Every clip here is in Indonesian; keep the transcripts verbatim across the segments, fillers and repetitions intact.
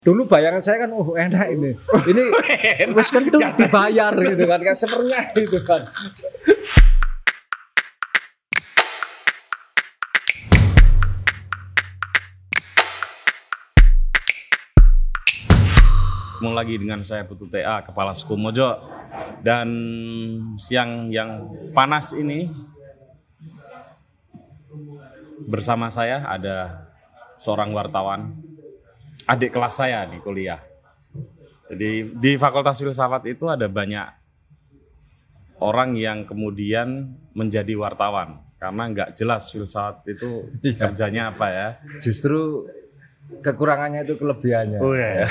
Dulu bayangan saya kan, oh enak ini, ini wis kentut dibayar gitu kan, kan sepernya gitu kan. Ketemu lagi dengan saya Putu T A, Kepala Suku Mojo. Dan siang yang panas ini bersama saya ada seorang wartawan, adik kelas saya di kuliah. Jadi di Fakultas Filsafat itu ada banyak orang yang kemudian menjadi wartawan karena nggak jelas filsafat itu kerjanya apa ya. Justru kekurangannya itu kelebihannya. Oh, ya.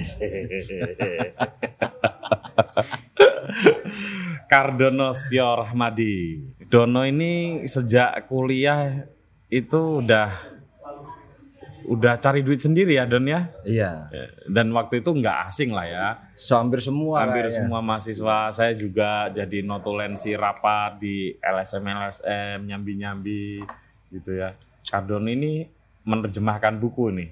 Kardono Setio Rahmadi. Dono ini sejak kuliah itu udah udah cari duit sendiri ya Don ya. Iya. Dan waktu itu nggak asing lah ya. So, hampir semua. Hampir kayaknya. semua mahasiswa. Saya juga jadi notulensi rapat di L S M L S M, nyambi-nyambi gitu ya. Kardono ini menerjemahkan buku nih.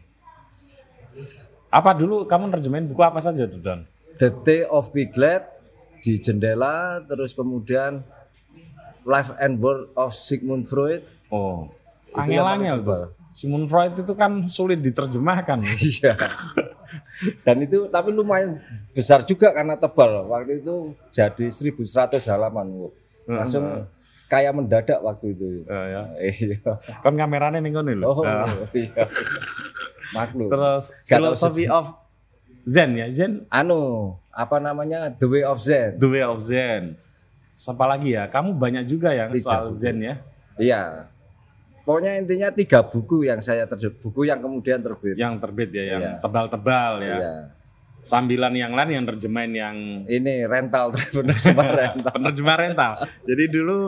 Apa dulu kamu nerjemahin buku apa saja tuh Don? The Day of Piglet, Di Jendela, terus kemudian Life and Work of Sigmund Freud. Oh, Itu angel-angel yang tuh. Sigmund Freud itu kan sulit diterjemahkan. Iya. Dan itu tapi lumayan besar juga karena tebal. Waktu itu jadi seribu seratus halaman. Langsung kayak mendadak waktu itu. Uh, ya. Iya. Kan kameranya ning ngono lho. Oh, Uh, iya. Maklum. Terus Gak tahu Philosophy sedih. of Zen ya, Zen. Anu, apa namanya? The Way of Zen. The Way of Zen. Siapa lagi ya? Kamu banyak juga yang Tiga soal buku. Zen ya. Iya. Pokoknya intinya tiga buku yang saya terbit, buku yang kemudian terbit. Yang terbit ya, yang Iya. tebal-tebal ya. Iya. Sambilan yang lain yang terjemahin yang Ini rental penerjemah rental. penerjemah rental. Jadi dulu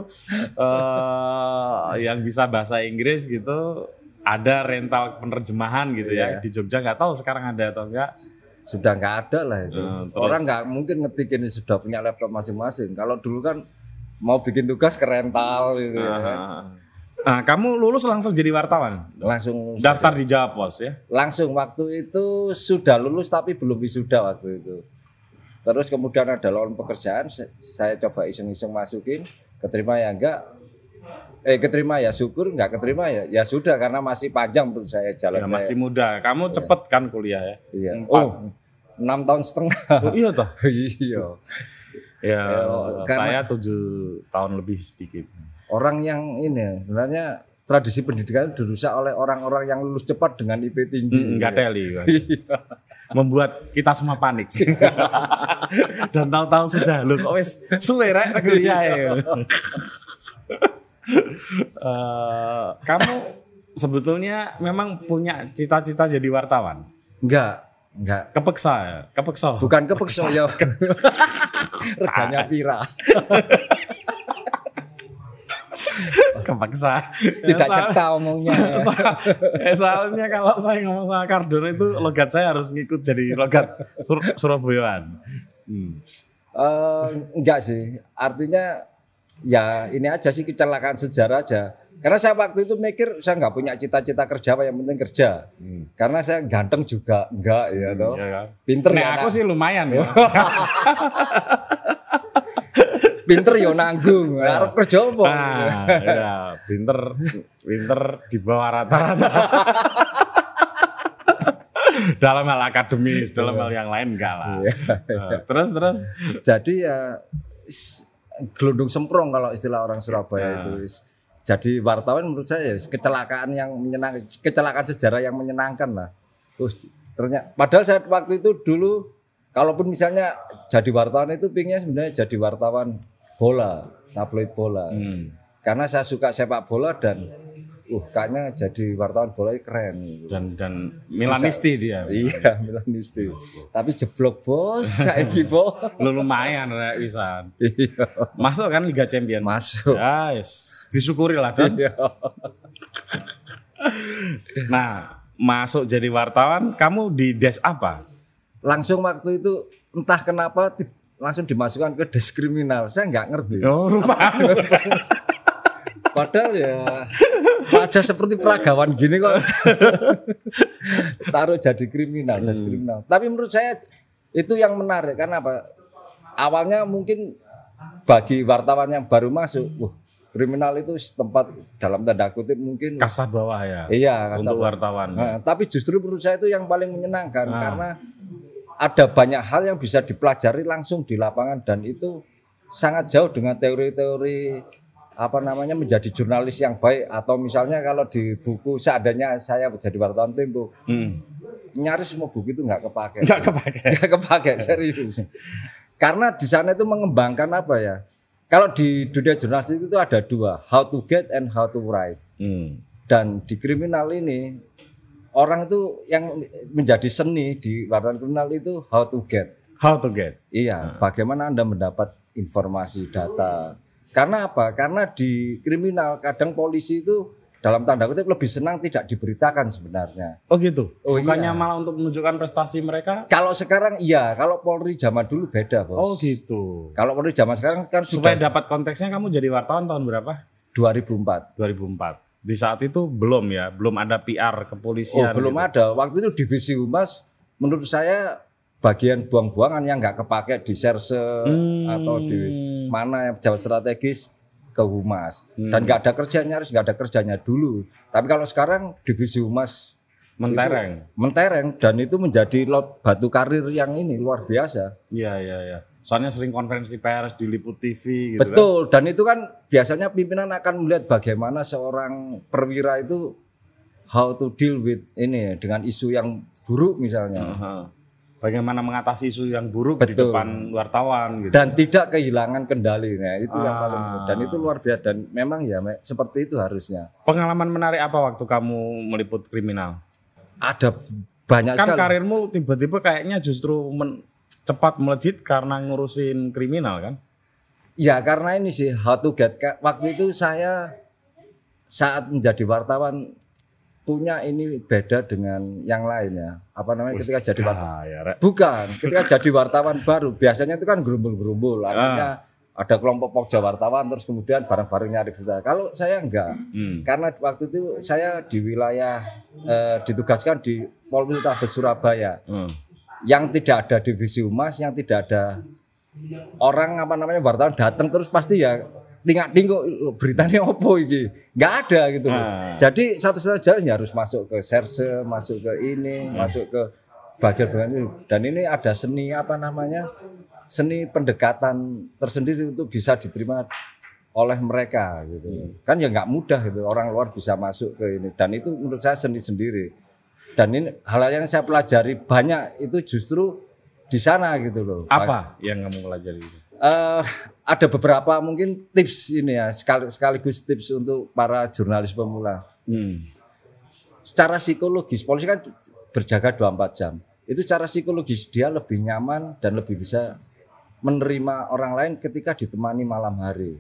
eh, yang bisa bahasa Inggris gitu ada rental penerjemahan gitu Iya. ya. Di Jogja nggak tahu sekarang ada atau enggak. Sudah nggak ada lah itu. Hmm, terus- Orang nggak mungkin ngetik ini sudah punya laptop masing-masing. Kalau dulu kan mau bikin tugas ke rental gitu ya kan. Nah, kamu lulus langsung jadi wartawan. Langsung Daftar di Jawa Pos ya. langsung waktu itu sudah lulus tapi belum wisuda waktu itu. Terus kemudian ada lowongan pekerjaan, sa- saya coba iseng-iseng masukin, keterima ya enggak. Eh keterima ya syukur, enggak keterima ya ya sudah karena masih panjang menurut saya jalan Ya, saya. masih muda. Kamu cepet kan kuliah ya? Iya. Empat. Oh, enam tahun setengah. Oh, iya toh. Iya. Ya, Ya, karena- saya tujuh tahun lebih sedikit. Orang yang ini sebenarnya tradisi pendidikan dirusak oleh orang-orang yang lulus cepat dengan I P tinggi. Hmm, Enggak teli. Kan. Iya. Membuat kita semua panik. Dan tahu-tahu sudah lu kok wis suwe rek kuliah ya. Eh, kamu sebetulnya memang punya cita-cita jadi wartawan? Enggak, enggak. Kepeksa ya? Kepeksa. Bukan kepeksa ya. Reganya pira. Kepeksa. Tidak Ya, soal- cekta omongnya. ya. soal- eh, soalnya kalau saya ngomong sama Kardono itu logat saya harus ngikut jadi logat Sur- Surabayaan. Hmm. Eh, enggak sih. Artinya ya ini aja sih kecelakaan sejarah aja. Karena saya waktu itu mikir saya nggak punya cita-cita kerja, apa yang penting kerja. Karena saya ganteng juga enggak ya toh. Ya kan? Pinter Nah, ya. aku nak- sih lumayan ya. pinter ya nanggung. Arep kerja apa? Nah, ya, pinter, pinter di bawah rata-rata. Dalam hal akademis, dalam hal yang lain enggak lah. Iya. Nah, terus terus. Jadi ya is- gelundung semprong kalau istilah orang Surabaya Nah. itu. Is- Jadi wartawan menurut saya is kecelakaan yang menyenangkan, kecelakaan sejarah yang menyenangkan lah. Terus ternyata padahal saya waktu itu dulu kalaupun misalnya jadi wartawan itu pinginnya sebenarnya jadi wartawan bola, tabloid bola. Hmm. Karena saya suka sepak bola dan uh kayaknya jadi wartawan bola keren. Dan dan Milanisti dia. Iya, Milanisti. Tapi jeblok bos, saiki bos. Lu lumayan rek pisan. Iya. Masuk kan Liga Champions? Masuk. Ya, yes. Disyukuri lah Don. Iya. Nah, masuk jadi wartawan, kamu di des apa? Langsung waktu itu entah kenapa ti- langsung dimasukkan ke des kriminal. Saya nggak ngerti. Oh, rupanya. Padahal ya wajah seperti peragawan gini kok taruh jadi kriminal, jadi Hmm. kriminal. Tapi menurut saya itu yang menarik karena apa? Awalnya mungkin bagi wartawan yang baru masuk, wah, kriminal itu setempat dalam tanda kutip mungkin Kasta bawah ya. iya kasta Untuk bawah. wartawan. Nah, tapi justru menurut saya itu yang paling menyenangkan Ah. karena ada banyak hal yang bisa dipelajari langsung di lapangan dan itu sangat jauh dengan teori-teori apa namanya menjadi jurnalis yang baik atau misalnya kalau di buku seandainya saya jadi wartawan Tempo Hmm. nyaris semua buku itu nggak kepake Nggak kepake. nggak kepake serius karena di sana itu mengembangkan apa ya kalau di dunia jurnalistik itu ada dua how to get and how to write Hmm. dan di kriminal ini orang itu yang menjadi seni di wartawan kriminal itu how to get. How to get. Iya, bagaimana Anda mendapat informasi data. Karena apa? Karena di kriminal kadang polisi itu dalam tanda kutip lebih senang tidak diberitakan sebenarnya. Oh gitu. Oh, Bukannya iya. malah untuk menunjukkan prestasi mereka. Kalau sekarang iya, kalau Polri zaman dulu beda, Bos. Oh gitu. Kalau Polri zaman sekarang kan Supaya sudah dapat konteksnya kamu jadi wartawan tahun berapa? dua ribu empat. dua ribu empat. Di saat itu belum ya, belum ada P R Oh, kepolisian. belum gitu. ada. Waktu itu divisi humas menurut saya bagian buang-buangan yang nggak kepake di serse Hmm. atau di mana yang pejabat strategis ke humas Hmm. dan nggak ada kerja nyaris nggak ada kerjanya dulu. Tapi kalau sekarang divisi humas Mentereng. mentereng dan itu menjadi lot batu karir yang ini luar biasa. Iya iya iya. Soalnya sering konferensi pers diliput T V gitu kan. Betul, dan itu kan biasanya pimpinan akan melihat bagaimana seorang perwira itu how to deal with ini dengan isu yang buruk misalnya. Aha. Bagaimana mengatasi isu yang buruk di Betul. depan wartawan gitu. Dan tidak kehilangan kendalinya itu yang Ah. paling dan itu luar biasa dan memang ya me- seperti itu harusnya. Pengalaman menarik apa waktu kamu meliput kriminal? Ada banyak Kan sekali. karirmu tiba-tiba kayaknya justru men- cepat melejit karena ngurusin kriminal kan? Ya karena ini sih how to get. Ka- Waktu itu saya saat menjadi wartawan punya ini beda dengan yang lainnya. Apa namanya ketika jadi wartawan? Ah, ya, Rek. Bukan, ketika jadi wartawan baru biasanya itu kan gerumbul-gerumbul. Artinya ada kelompok pokja wartawan terus kemudian bareng-bareng nyari berita. Kalau saya enggak. Hmm. Karena waktu itu saya di wilayah eh, ditugaskan di Polrestabes Surabaya Hmm. yang tidak ada divisi humas, yang tidak ada orang apa namanya wartawan datang terus pasti ya tinggal tinggal beritanya opo iki nggak ada gitu loh. Ah. Jadi satu-satunya jalan ya harus masuk ke serse, masuk ke ini, masuk ke bagian-bagian itu. Dan ini ada seni apa namanya seni pendekatan tersendiri untuk bisa diterima oleh mereka gitu. Kan ya nggak mudah gitu orang luar bisa masuk ke ini dan itu menurut saya seni sendiri. Dan ini hal yang saya pelajari banyak itu justru di sana gitu loh. Apa yang kamu pelajari? Eh, ada beberapa mungkin tips ini ya sekali- sekaligus tips untuk para jurnalis pemula. Hmm. Secara psikologis polisi kan berjaga dua puluh empat jam. Itu secara psikologis dia lebih nyaman dan lebih bisa menerima orang lain ketika ditemani malam hari.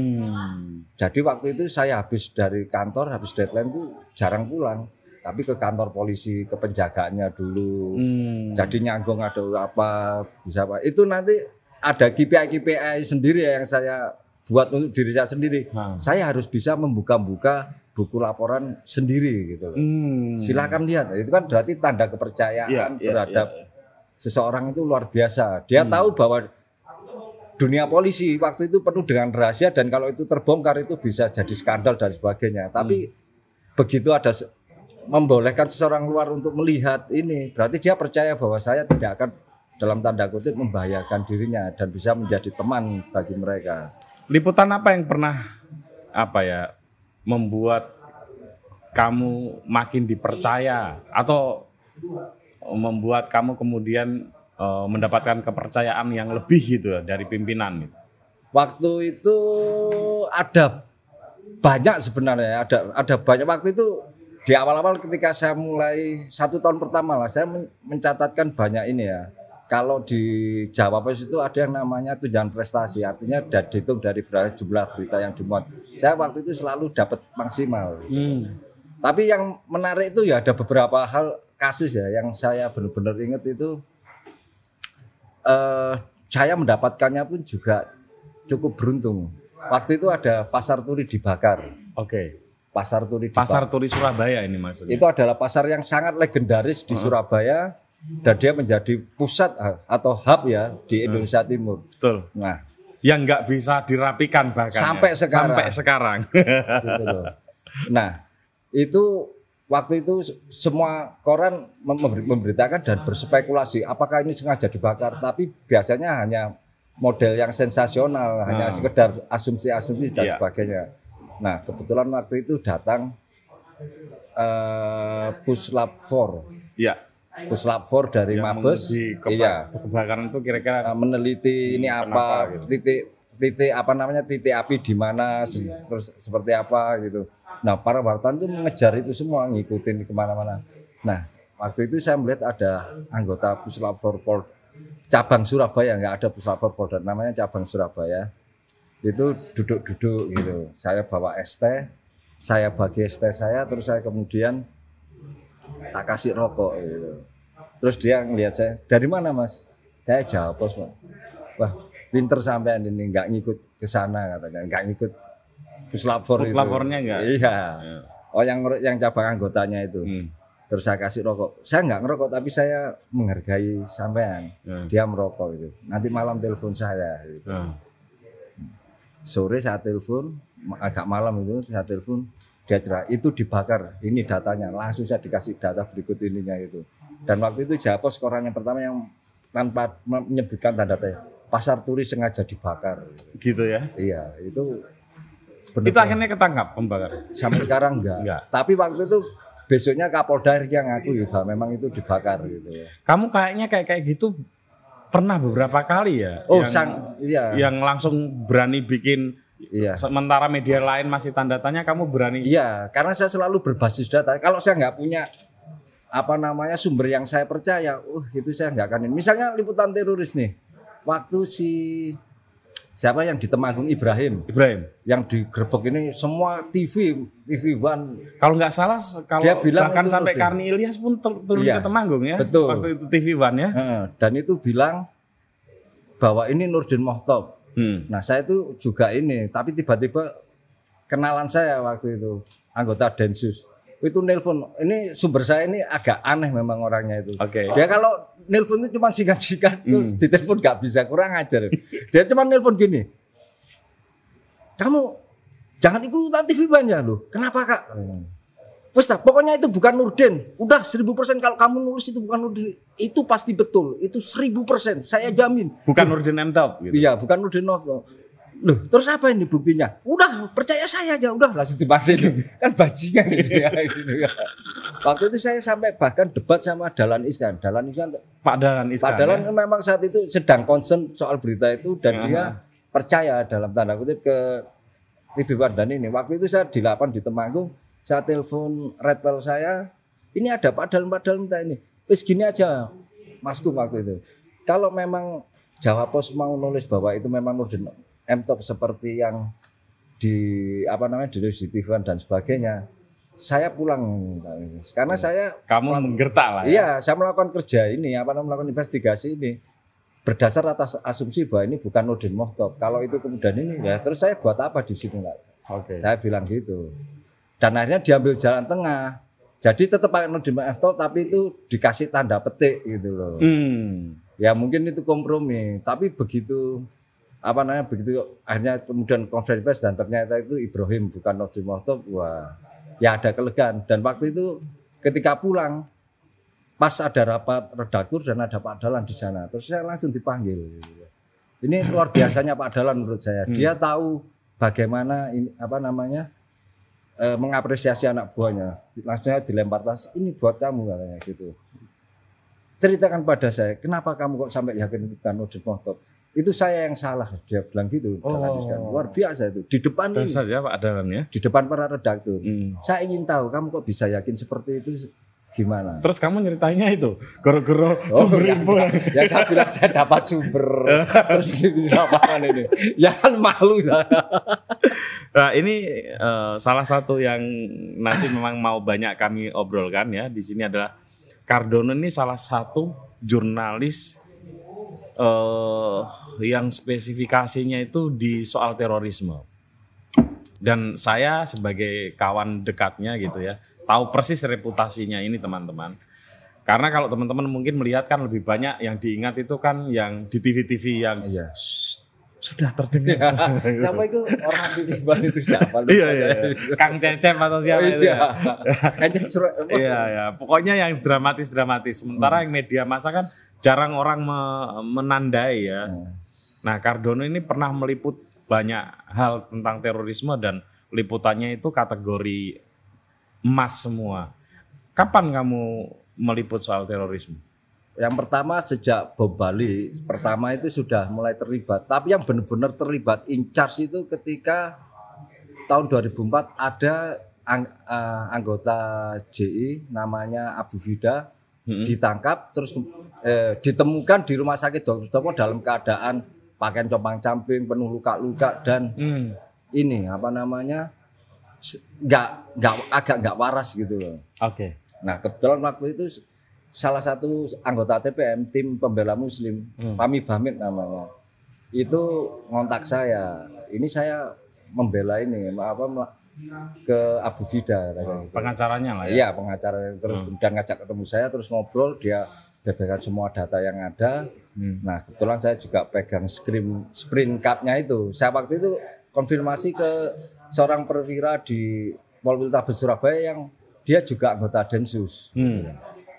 Hmm. Jadi waktu itu saya habis dari kantor, habis deadline tuh jarang pulang. Tapi ke kantor polisi, ke penjagaannya dulu. Hmm. Jadi nyanggung ada apa, bisa apa. Itu nanti ada K P I K P I sendiri ya yang saya buat untuk diri saya sendiri. Nah. Saya harus bisa membuka-buka buku laporan sendiri gitu loh. Hmm. Silakan lihat. Itu kan berarti tanda kepercayaan Iya, iya, terhadap iya. seseorang itu luar biasa. Dia tahu bahwa dunia polisi waktu itu penuh dengan rahasia dan kalau itu terbongkar itu bisa jadi skandal dan sebagainya. Tapi begitu ada se- membolehkan seseorang luar untuk melihat ini, berarti dia percaya bahwa saya tidak akan dalam tanda kutip membahayakan dirinya dan bisa menjadi teman bagi mereka. Liputan apa yang pernah apa ya membuat kamu makin dipercaya atau membuat kamu kemudian eh, mendapatkan kepercayaan yang lebih gitu ya, dari pimpinan gitu? Waktu itu ada banyak sebenarnya, ada ada banyak waktu itu di awal-awal ketika saya mulai satu tahun pertama lah, saya men- mencatatkan banyak ini ya. Kalau di Jawa Pos itu ada yang namanya tunjangan prestasi, artinya da- dihitung dari berapa jumlah berita yang dimuat. Saya waktu itu selalu dapat maksimal. Hmm. Tapi yang menarik itu ya ada beberapa hal kasus ya yang saya benar-benar ingat itu eh saya mendapatkannya pun juga cukup beruntung. Waktu itu ada pasar turi dibakar. Oke. Pasar Turi di Pasar Turi Surabaya ini maksudnya. Itu adalah pasar yang sangat legendaris di Surabaya dan dia menjadi pusat atau hub ya di Indonesia Timur. Betul. Nah, yang nggak bisa dirapikan bahkan sampai ya. sekarang. Sampai sekarang. Gitu loh. Nah, itu waktu itu semua koran memberi- memberitakan dan berspekulasi apakah ini sengaja dibakar, tapi biasanya hanya model yang sensasional, hanya sekedar asumsi-asumsi dan Iya. sebagainya. Nah, kebetulan waktu itu datang eh, Puslap empat, Iya. Puslap empat dari Yang Mabes, menguji keba- iya, kebakaran itu kira-kira eh, meneliti ini kenapa apa, gitu. titik titik apa namanya titik api di mana, se- terus seperti apa gitu. Nah, para wartawan itu mengejar itu semua, ngikutin kemana-mana. Nah, waktu itu saya melihat ada anggota Puslap empat Pol cabang Surabaya, nggak ada Puslap empat Polda, namanya cabang Surabaya. Itu duduk-duduk gitu. Saya bawa es teh, saya bagi es teh saya, terus saya kemudian tak kasih rokok gitu. Terus dia ngelihat saya, dari mana mas? Saya jawab, Mas. Wah, pinter sampean ini, nggak ngikut ke sana katanya, nggak ngikut puslapor itu. Puslapornya nggak? Iya. Oh yang yang cabang anggotanya itu. Hmm. Terus saya kasih rokok. Saya nggak ngerokok tapi saya menghargai sampean. Hmm. Dia merokok itu. Nanti malam telepon saya. Gitu. Hmm. Sore saya telepon, agak malam itu saya telepon, dia cerah itu dibakar, ini datanya, langsung saya dikasih data berikut ininya itu. Dan waktu itu Japos koran yang pertama yang tanpa menyebutkan tanda tanya, Pasar Turi sengaja dibakar. Gitu ya. Iya, itu Bener. Itu akhirnya ketangkap pembakar. Sampai sekarang enggak. Enggak. Tapi waktu itu besoknya Kapolda yang ngaku bahwa memang itu dibakar gitu ya. Kamu kayaknya kayak kayak gitu pernah beberapa kali ya? Oh, yang, sang iya. Yang langsung berani bikin. Iya. Sementara media lain masih tanda tanya, kamu berani? Iya, karena saya selalu berbasis data. Kalau saya nggak punya apa namanya sumber yang saya percaya, uh itu saya nggak akan ini. Misalnya liputan teroris nih, waktu si siapa yang di Temanggung Ibrahim, Ibrahim, yang digerebek ini semua T V, T V One. kalau nggak salah, kalau Dia bilang bahkan itu sampai Nurdin. Karni Ilyas pun tur- turun Iya, ke Temanggung ya, betul. waktu itu T V One ya. Heeh, dan itu bilang bahwa ini Nurdin Mohtop. Hmm. Nah saya itu juga ini, tapi tiba-tiba kenalan saya waktu itu anggota Densus itu nelpon. Ini sumber saya ini agak aneh memang orangnya itu. Oke. Dia kalau nelpon itu cuma singkat-singkat, terus ditelepon nggak bisa, kurang ajar. Dia cuma nelpon gini, kamu jangan ikutan T V One ya loh. Kenapa kak? Wes dah, pokoknya itu bukan Nurdin. Udah seribu persen kalau kamu nulis itu bukan Nurdin, itu pasti betul. Itu seribu persen, saya jamin. Bukan Nurdin M Top gitu. Iya, bukan Nurdin Mohtop. Loh, terus apa ini buktinya? Udah, percaya saya aja, udah langsung dimatiin. Kan bajingan gitu ya, gitu ya. Waktu itu saya sampai bahkan debat sama Dahlan Iskan. Dahlan Iskan, Pak Dahlan Iskan. Pak Dahlan ya? memang saat itu sedang concern soal berita itu dan Aha. dia percaya dalam tanda kutip ke T V One dan ini. Waktu itu saya di delapan di Temanggung, saya telepon Redwell saya, ini ada Pak Dahlan, Pak Dahlan minta ini. Wis gini aja, Masku waktu itu. Kalau memang Jawa Pos mau nulis bahwa itu memang Nurdin M Top seperti yang di apa namanya di T V One dan sebagainya, saya pulang karena saya Kamu menggertak lah ya. iya saya melakukan kerja ini apa namanya melakukan investigasi ini berdasar atas asumsi bahwa ini bukan Nurdin Mohtop. Kalau itu kemudian ini ya terus saya buat apa di sini lah. Oke. Saya bilang gitu. Dan akhirnya diambil jalan tengah. Jadi tetap pakai Nurdin Mohtop tapi itu dikasih tanda petik gitu loh. Hmm. Ya mungkin itu kompromi, tapi begitu apa namanya begitu akhirnya kemudian konferensi pers dan ternyata itu Ibrahim bukan Nurdin Mohtop, wah ya ada kelegaan. Dan waktu itu ketika pulang pas ada rapat redaktur dan ada Pak Dahlan di sana, terus saya langsung dipanggil. Ini luar biasanya Pak Dahlan menurut saya. Dia tahu bagaimana ini apa namanya eh, mengapresiasi anak buahnya. Langsung dilempar tas, ini buat kamu katanya gitu. Ceritakan pada saya, kenapa kamu kok sampai yakin itu bukan Nurdin Mohtop? Itu saya yang salah, dia bilang gitu. Oh. Luar biasa itu. Di depan ini, Biasa saja Pak Dahlan ya. di depan para redaktur. Hmm. Saya ingin tahu kamu kok bisa yakin seperti itu gimana? Terus kamu nyeritainnya itu, goro-goro Oh, sumber ya, info. ya saya bilang saya dapat sumber. Terus di lapangan ini. Ya kan malu saya. Nah ini eh, salah satu yang nanti memang mau banyak kami obrolkan ya di sini adalah Cardono ini salah satu jurnalis eh, yang spesifikasinya itu di soal terorisme. Dan saya sebagai kawan dekatnya gitu ya, tahu persis reputasinya ini teman-teman. Karena kalau teman-teman mungkin melihat kan lebih banyak yang diingat itu kan yang di T V-T V yang Iya. sudah terdengar. Siapa itu orang aktifan itu siapa? Iya, iya, iya. Kang Cecep atau siapa itu ya? Cecep Sur- Iya, ya. Pokoknya yang dramatis-dramatis. Sementara yang media massa kan jarang orang me- menandai ya. Nah, Cardano ini pernah meliput banyak hal tentang terorisme dan liputannya itu kategori emas semua. Kapan kamu meliput soal terorisme? Yang pertama sejak bom Bali, pertama itu sudah mulai terlibat. Tapi yang benar-benar terlibat in charge itu ketika tahun dua ribu empat ada ang- eh, anggota J I namanya Abu Fida Mm-mm. ditangkap terus eh, ditemukan di rumah sakit dokter Sutomo dalam keadaan pakaian compang-camping, penuh luka-luka dan Hmm. ini apa namanya se- nggak nggak agak nggak waras gitu loh. Oke. Nah kebetulan waktu itu salah satu anggota T P M tim pembela Muslim, Hmm. Fahmi Bahmid namanya, itu ngontak saya. Ini saya membela ini, apa mela- ke Abu Fida katanya gitu. Pengacaranya lah ya. Iya pengacara terus kemudian ngajak ketemu saya terus ngobrol dia beberkan semua data yang ada. Hmm. Nah kebetulan saya juga pegang screen sprint card-nya itu. Saya waktu itu konfirmasi ke seorang perwira di Polrestabes Surabaya yang dia juga anggota Densus. Hmm.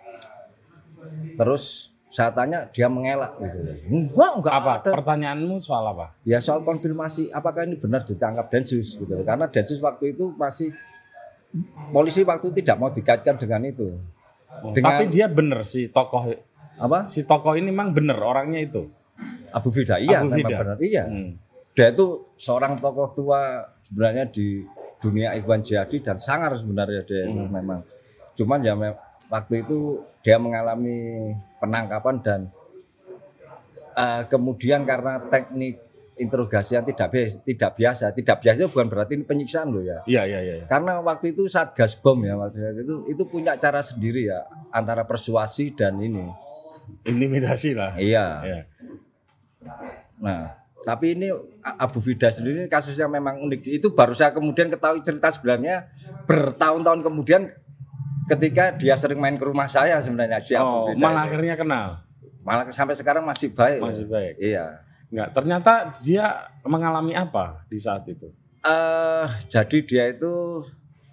Terus saya tanya dia mengelak gitu. Enggak, enggak Apa? ada. Pertanyaanmu soal apa? Ya soal konfirmasi apakah ini benar ditangkap Densus gitu. Karena Densus waktu itu masih polisi waktu itu tidak mau dikaitkan dengan itu. Dengan Tapi dia bener si tokoh apa? si tokoh ini memang bener orangnya itu. Abu Fida. Iya, Abu memang Fida. benar. Iya. Hmm. Dia itu seorang tokoh tua sebenarnya di dunia Ikhwan Jihadi dan sangar sebenarnya dia itu memang. Cuman ya me- waktu itu dia mengalami penangkapan dan eh, kemudian karena teknik interogasi yang tidak biasa, tidak biasa, tidak biasa bukan berarti ini penyiksaan loh ya. Iya, iya, iya. Karena waktu itu Satgas Bom ya waktu itu itu punya cara sendiri ya antara persuasi dan ini. Intimidasi lah. Iya. Iya. Nah, tapi ini A- Abu Fida sendiri kasusnya memang unik. Itu baru saya kemudian ketahui cerita sebenarnya bertahun-tahun kemudian ketika dia sering main ke rumah saya sebenarnya si Abu Oh, Fida. malah ini. akhirnya kenal. Malah sampai sekarang masih baik. Masih baik. Iya. Enggak, ternyata dia mengalami apa di saat itu? Eh, jadi dia itu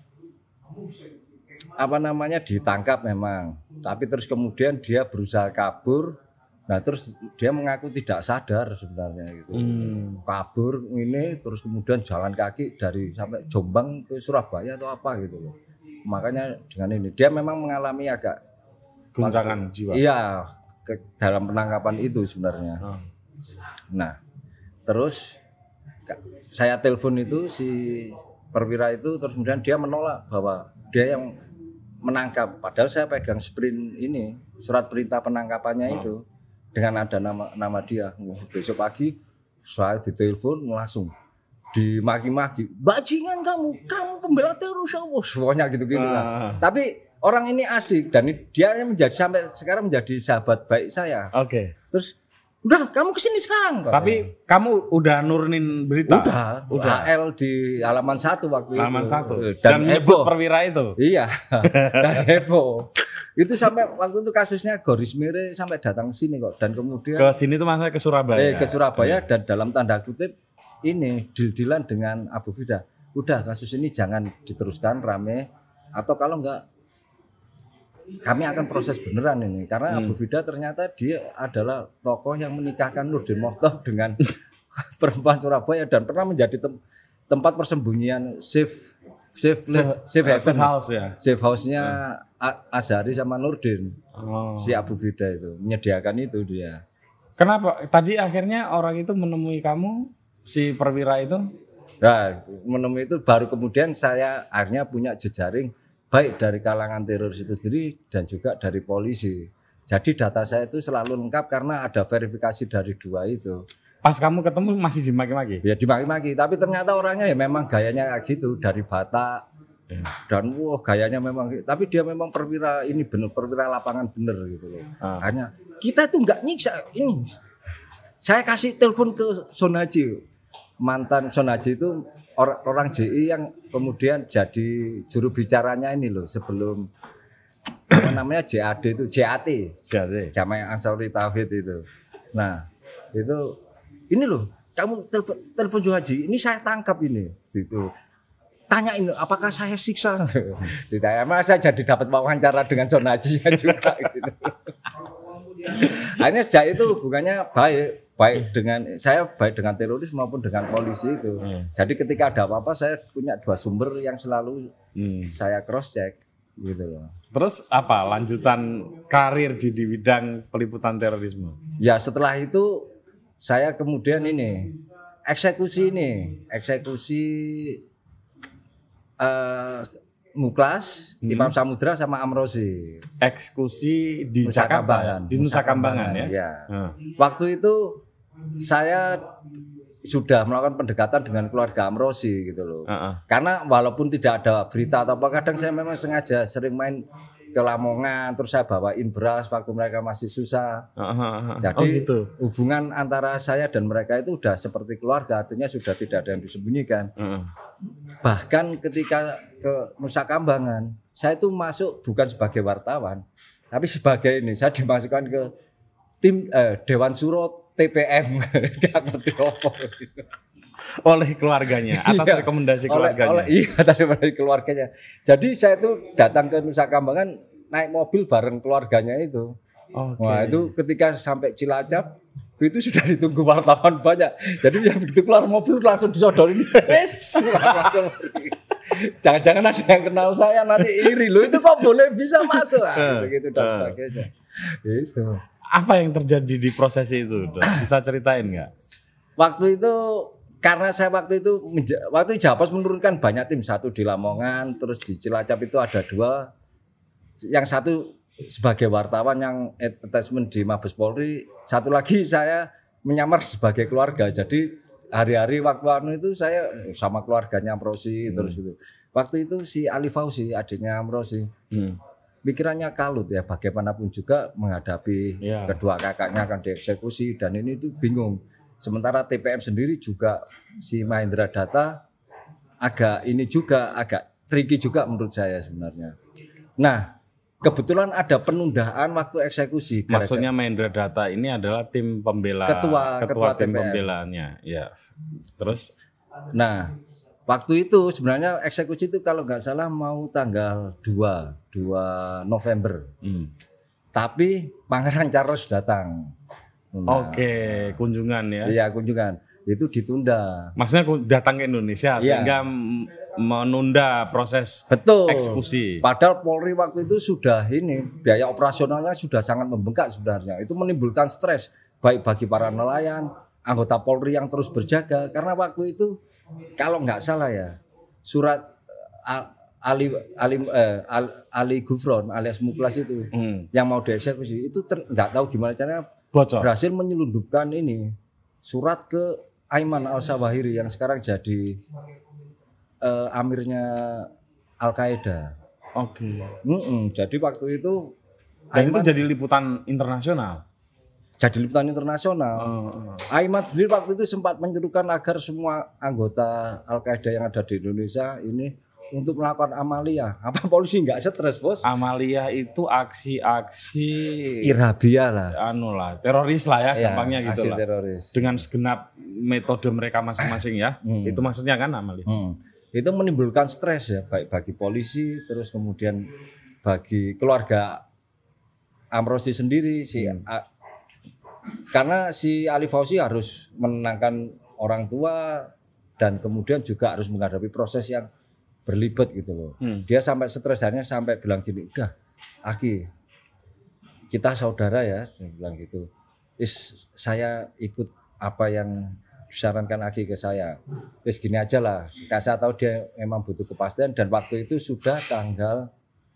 apa namanya ditangkap memang, tapi terus kemudian dia berusaha kabur. Nah, terus dia mengaku tidak sadar sebenarnya gitu. Hmm. Kabur ini terus kemudian jalan kaki dari sampai Jombang ke Surabaya atau apa gitu loh. Makanya dengan ini dia memang mengalami agak Guncangan jiwa. iya ke dalam penangkapan itu sebenarnya. Oh. Nah, terus ka- saya telepon itu si perwira itu terus kemudian dia menolak bahwa dia yang menangkap. Padahal saya pegang sprint ini surat perintah penangkapannya itu dengan ada nama nama dia. Besok pagi saya ditelepon langsung dimaki-maki. Bajingan kamu, kamu pembela teroris, pokoknya gitu-gitu lah. Ah. Tapi orang ini asik dan dia menjadi sampai sekarang menjadi sahabat baik saya. Oke. Terus udah kamu kesini sekarang. Tapi kamu udah nurunin berita? udah, Udah. H L di halaman satu waktu Halaman itu. satu. Dan, Dan heboh. menyebut perwira itu. Iya, dan heboh. Itu sampai waktu itu kasusnya Goris Mire sampai datang ke sini kok dan kemudian Ke sini tuh maksudnya ke Surabaya. eh, ke Surabaya dan dalam tanda kutip ini deal-dealan dengan Abu Fida. Udah kasus ini jangan diteruskan rame atau kalau enggak kami akan proses beneran ini karena Hmm. Abu Fida ternyata dia adalah tokoh yang menikahkan Nurdin Mokhtar dengan perempuan Surabaya dan pernah menjadi tem- tempat persembunyian safe safe Safe- safe Safe haven. house ya. Safe house-nya A- Azhari sama Nurdin. Oh. Si Abu Fida itu menyediakan itu dia. Kenapa? Tadi akhirnya orang itu menemui kamu, si perwira itu? Nah, menemui itu baru kemudian saya akhirnya punya jejaring baik dari kalangan teroris itu sendiri dan juga dari polisi. Jadi data saya itu selalu lengkap karena ada verifikasi dari dua itu. Pas kamu ketemu masih dimaki-maki? Ya dimaki-maki, tapi ternyata orangnya ya memang gayanya kayak gitu dari Batak Ya. dan wah gayanya memang gitu. Tapi dia memang perwira ini bener perwira lapangan bener gitu loh. Ah. Hanya kita tuh nggak nyiksa ini. Saya kasih telepon ke Sonaji. Mantan Sonaji itu orang orang J I yang kemudian jadi juru bicaranya ini loh sebelum apa namanya J A D itu J A T Jadi. Jamaah Ansarut Tauhid itu. Nah itu ini loh kamu telepon telepon Ju Haji ini saya tangkap ini gitu. Tanyain apakah saya siksa? Ditanya, masa saya jadi dapat wawancara dengan John Haji juga gitu. Akhirnya sejak itu hubungannya baik, baik dengan saya baik dengan teroris maupun dengan polisi itu. Hmm. Jadi ketika ada apa-apa saya punya dua sumber yang selalu hmm. saya cross check gitu loh. Terus apa lanjutan karir di, di bidang peliputan terorisme? Ya setelah itu saya kemudian ini eksekusi ini, eksekusi Uh, Muklas, hmm. Imam Samudra sama Amrozi. Eksekusi di Nusa Jakarta, Kambangan. di Nusa Kambangan ya. ya. Hmm. Waktu itu saya sudah melakukan pendekatan dengan keluarga Amrozi gitu loh. Uh-uh. Karena walaupun tidak ada berita atau apa, kadang saya memang sengaja sering main ke Lamongan, terus saya bawain beras waktu mereka masih susah. Uh-huh. Jadi oh, gitu. Hubungan antara saya dan mereka itu sudah seperti keluarga, artinya sudah tidak ada yang disembunyikan. Uh-huh. Bahkan ketika ke Nusa Kambangan, saya itu masuk bukan sebagai wartawan, tapi sebagai ini, saya dimasukkan ke tim eh, Dewan Suro T P M. Oleh keluarganya atas iya, rekomendasi keluarganya. Oleh, oleh, iya atas rekomendasi keluarganya. Jadi saya itu datang ke Nusa Kambangan naik mobil bareng keluarganya itu. Okay. Wah itu ketika sampai Cilacap itu sudah ditunggu wartawan banyak. Jadi yang begitu keluar mobil langsung disodorin. Jangan-jangan ada yang kenal saya nanti iri loh itu kok boleh bisa masuk ah, gitu dan sebagainya. Itu. Apa yang terjadi di proses itu? Bisa ceritain nggak? Waktu itu karena saya waktu itu waktu Japos menurunkan banyak tim, satu di Lamongan, terus di Cilacap itu ada dua, yang satu sebagai wartawan yang attachment di Mabes Polri, satu lagi saya menyamar sebagai keluarga. Jadi hari-hari waktu anu itu saya sama keluarganya Amrozi hmm. terus itu. Waktu itu si Ali Fauzi adiknya Amrozi, hmm. pikirannya kalut ya bagaimanapun juga menghadapi yeah. kedua kakaknya akan dieksekusi dan ini itu bingung. Sementara T P M sendiri juga si Mahendra Data agak ini juga agak tricky juga menurut saya sebenarnya. Nah, kebetulan ada penundaan waktu eksekusi. Maksudnya Mahendra Data ini adalah tim pembela ketua ketua, ketua tim pembelaannya. Ya. Terus nah, waktu itu sebenarnya eksekusi itu kalau nggak salah mau tanggal dua November. Hmm. Tapi Pangeran Charles datang. Nah, Oke, kunjungan ya. Iya, kunjungan. Itu ditunda. Maksudnya datang ke Indonesia ya. Sehingga menunda proses betul. Eksekusi. Padahal Polri waktu itu sudah ini biaya operasionalnya sudah sangat membengkak sebenarnya. Itu menimbulkan stres baik bagi para nelayan, anggota Polri yang terus berjaga karena waktu itu kalau nggak salah ya surat Ali Ali eh, Ali Gufron alias Muklas itu hmm. yang mau dieksekusi itu ter, nggak tahu gimana caranya bocor. Berhasil menyelundupkan ini surat ke Aiman Al-Sawahiri yang sekarang jadi uh, amirnya Al-Qaeda. Oke. Okay. Jadi waktu itu dan Aiman, itu jadi liputan internasional. Jadi liputan internasional. Uh, uh. Aiman sendiri waktu itu sempat menyerukan agar semua anggota Al-Qaeda yang ada di Indonesia ini untuk melakukan amaliyah. Apa polisi nggak stres, Bos? Amaliyah itu aksi-aksi irhabiah lah. Anu lah, teroris lah ya, ya gampangnya gitu lah. Teroris. Dengan segenap metode mereka masing-masing ya. Hmm. Itu maksudnya kan amaliyah. Hmm. Itu menimbulkan stres ya, baik bagi polisi, terus kemudian bagi keluarga Amrozi sendiri si hmm. a, karena si Ali Fauzi harus menenangkan orang tua dan kemudian juga harus menghadapi proses yang berlibat gitu loh. Hmm. Dia sampai stresannya sampai bilang gini, udah Aki kita saudara ya, saya bilang gitu. Is saya ikut apa yang disarankan Aki ke saya. Is gini aja lah. Karena saya tahu dia memang butuh kepastian dan waktu itu sudah tanggal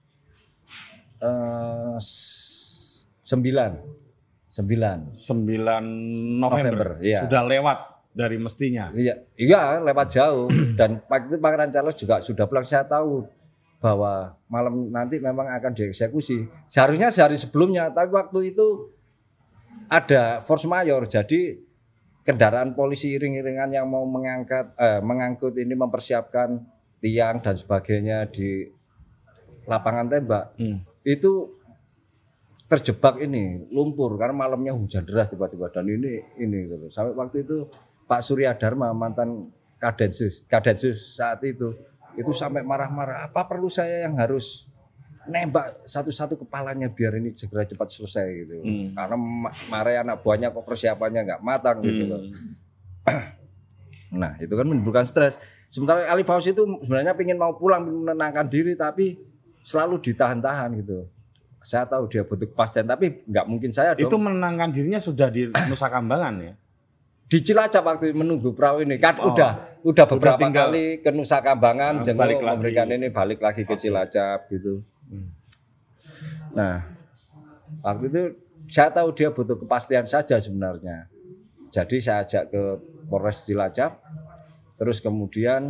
uh, sembilan November. November ya. Sudah lewat dari mestinya. Iya, iya lewat jauh dan waktu itu Pangeran Charles juga sudah pulang. Saya tahu bahwa malam nanti memang akan dieksekusi. Seharusnya sehari sebelumnya, tapi waktu itu ada force majeure. Jadi kendaraan polisi iring-iringan yang mau mengangkat eh, mengangkut ini mempersiapkan tiang dan sebagainya di lapangan tembak hmm. itu terjebak ini lumpur karena malamnya hujan deras tiba-tiba dan ini ini gitu. Sampai waktu itu Pak Surya Dharma mantan Kadensus Kadensus saat itu itu sampai marah-marah, apa perlu saya yang harus nembak satu-satu kepalanya biar ini segera cepat selesai gitu. Hmm. Karena marah anak buahnya kok persiapannya nggak matang gitu loh. Hmm. Nah, itu kan menimbulkan stres. Sementara Ali Fauzi itu sebenarnya pengen mau pulang menenangkan diri tapi selalu ditahan-tahan gitu. Saya tahu dia butuh kepastian tapi nggak mungkin saya dong. Itu menenangkan dirinya sudah di Nusa Kambangan ya? Di Cilacap waktu menunggu perahu ini kan oh, udah udah beberapa udah kali ke Nusa Kambangan jenguk memberikan ini balik lagi ke Cilacap gitu. Hmm. Nah, waktu itu saya tahu dia butuh kepastian saja sebenarnya. Jadi saya ajak ke Polres Cilacap, terus kemudian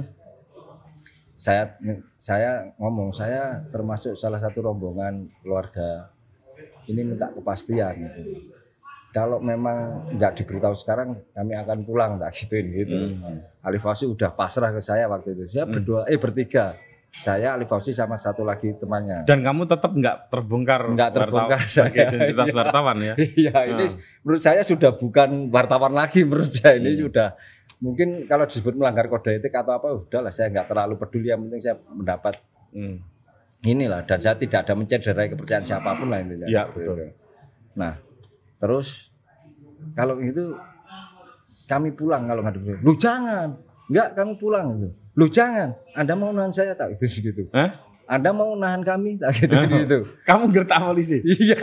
saya saya ngomong saya termasuk salah satu rombongan keluarga ini minta kepastian gitu. Kalau memang nggak diberitahu sekarang kami akan pulang tak gituin gitu. Hmm. Ali Fauzi udah pasrah ke saya waktu itu. Saya berdua eh bertiga. Saya Ali Fauzi sama satu lagi temannya. Dan kamu tetap nggak terbongkar nggak terbongkar sebagai identitas wartawan ya? Iya, ini hmm. menurut saya sudah bukan wartawan lagi menurut saya ini hmm. sudah mungkin kalau disebut melanggar kode etik atau apa udahlah saya nggak terlalu peduli, yang penting saya mendapat hmm. inilah dan saya tidak ada mencederai kepercayaan siapapun lah intinya. Iya betul. Nah terus kalau itu kami pulang kalau nggak diberi, lu jangan, nggak kamu pulang itu, lu jangan, Anda mau nahan saya tak itu segitu. Hah? Anda mau nahan kami tak gitu oh. gitu. Kamu gertak polisi? Iya.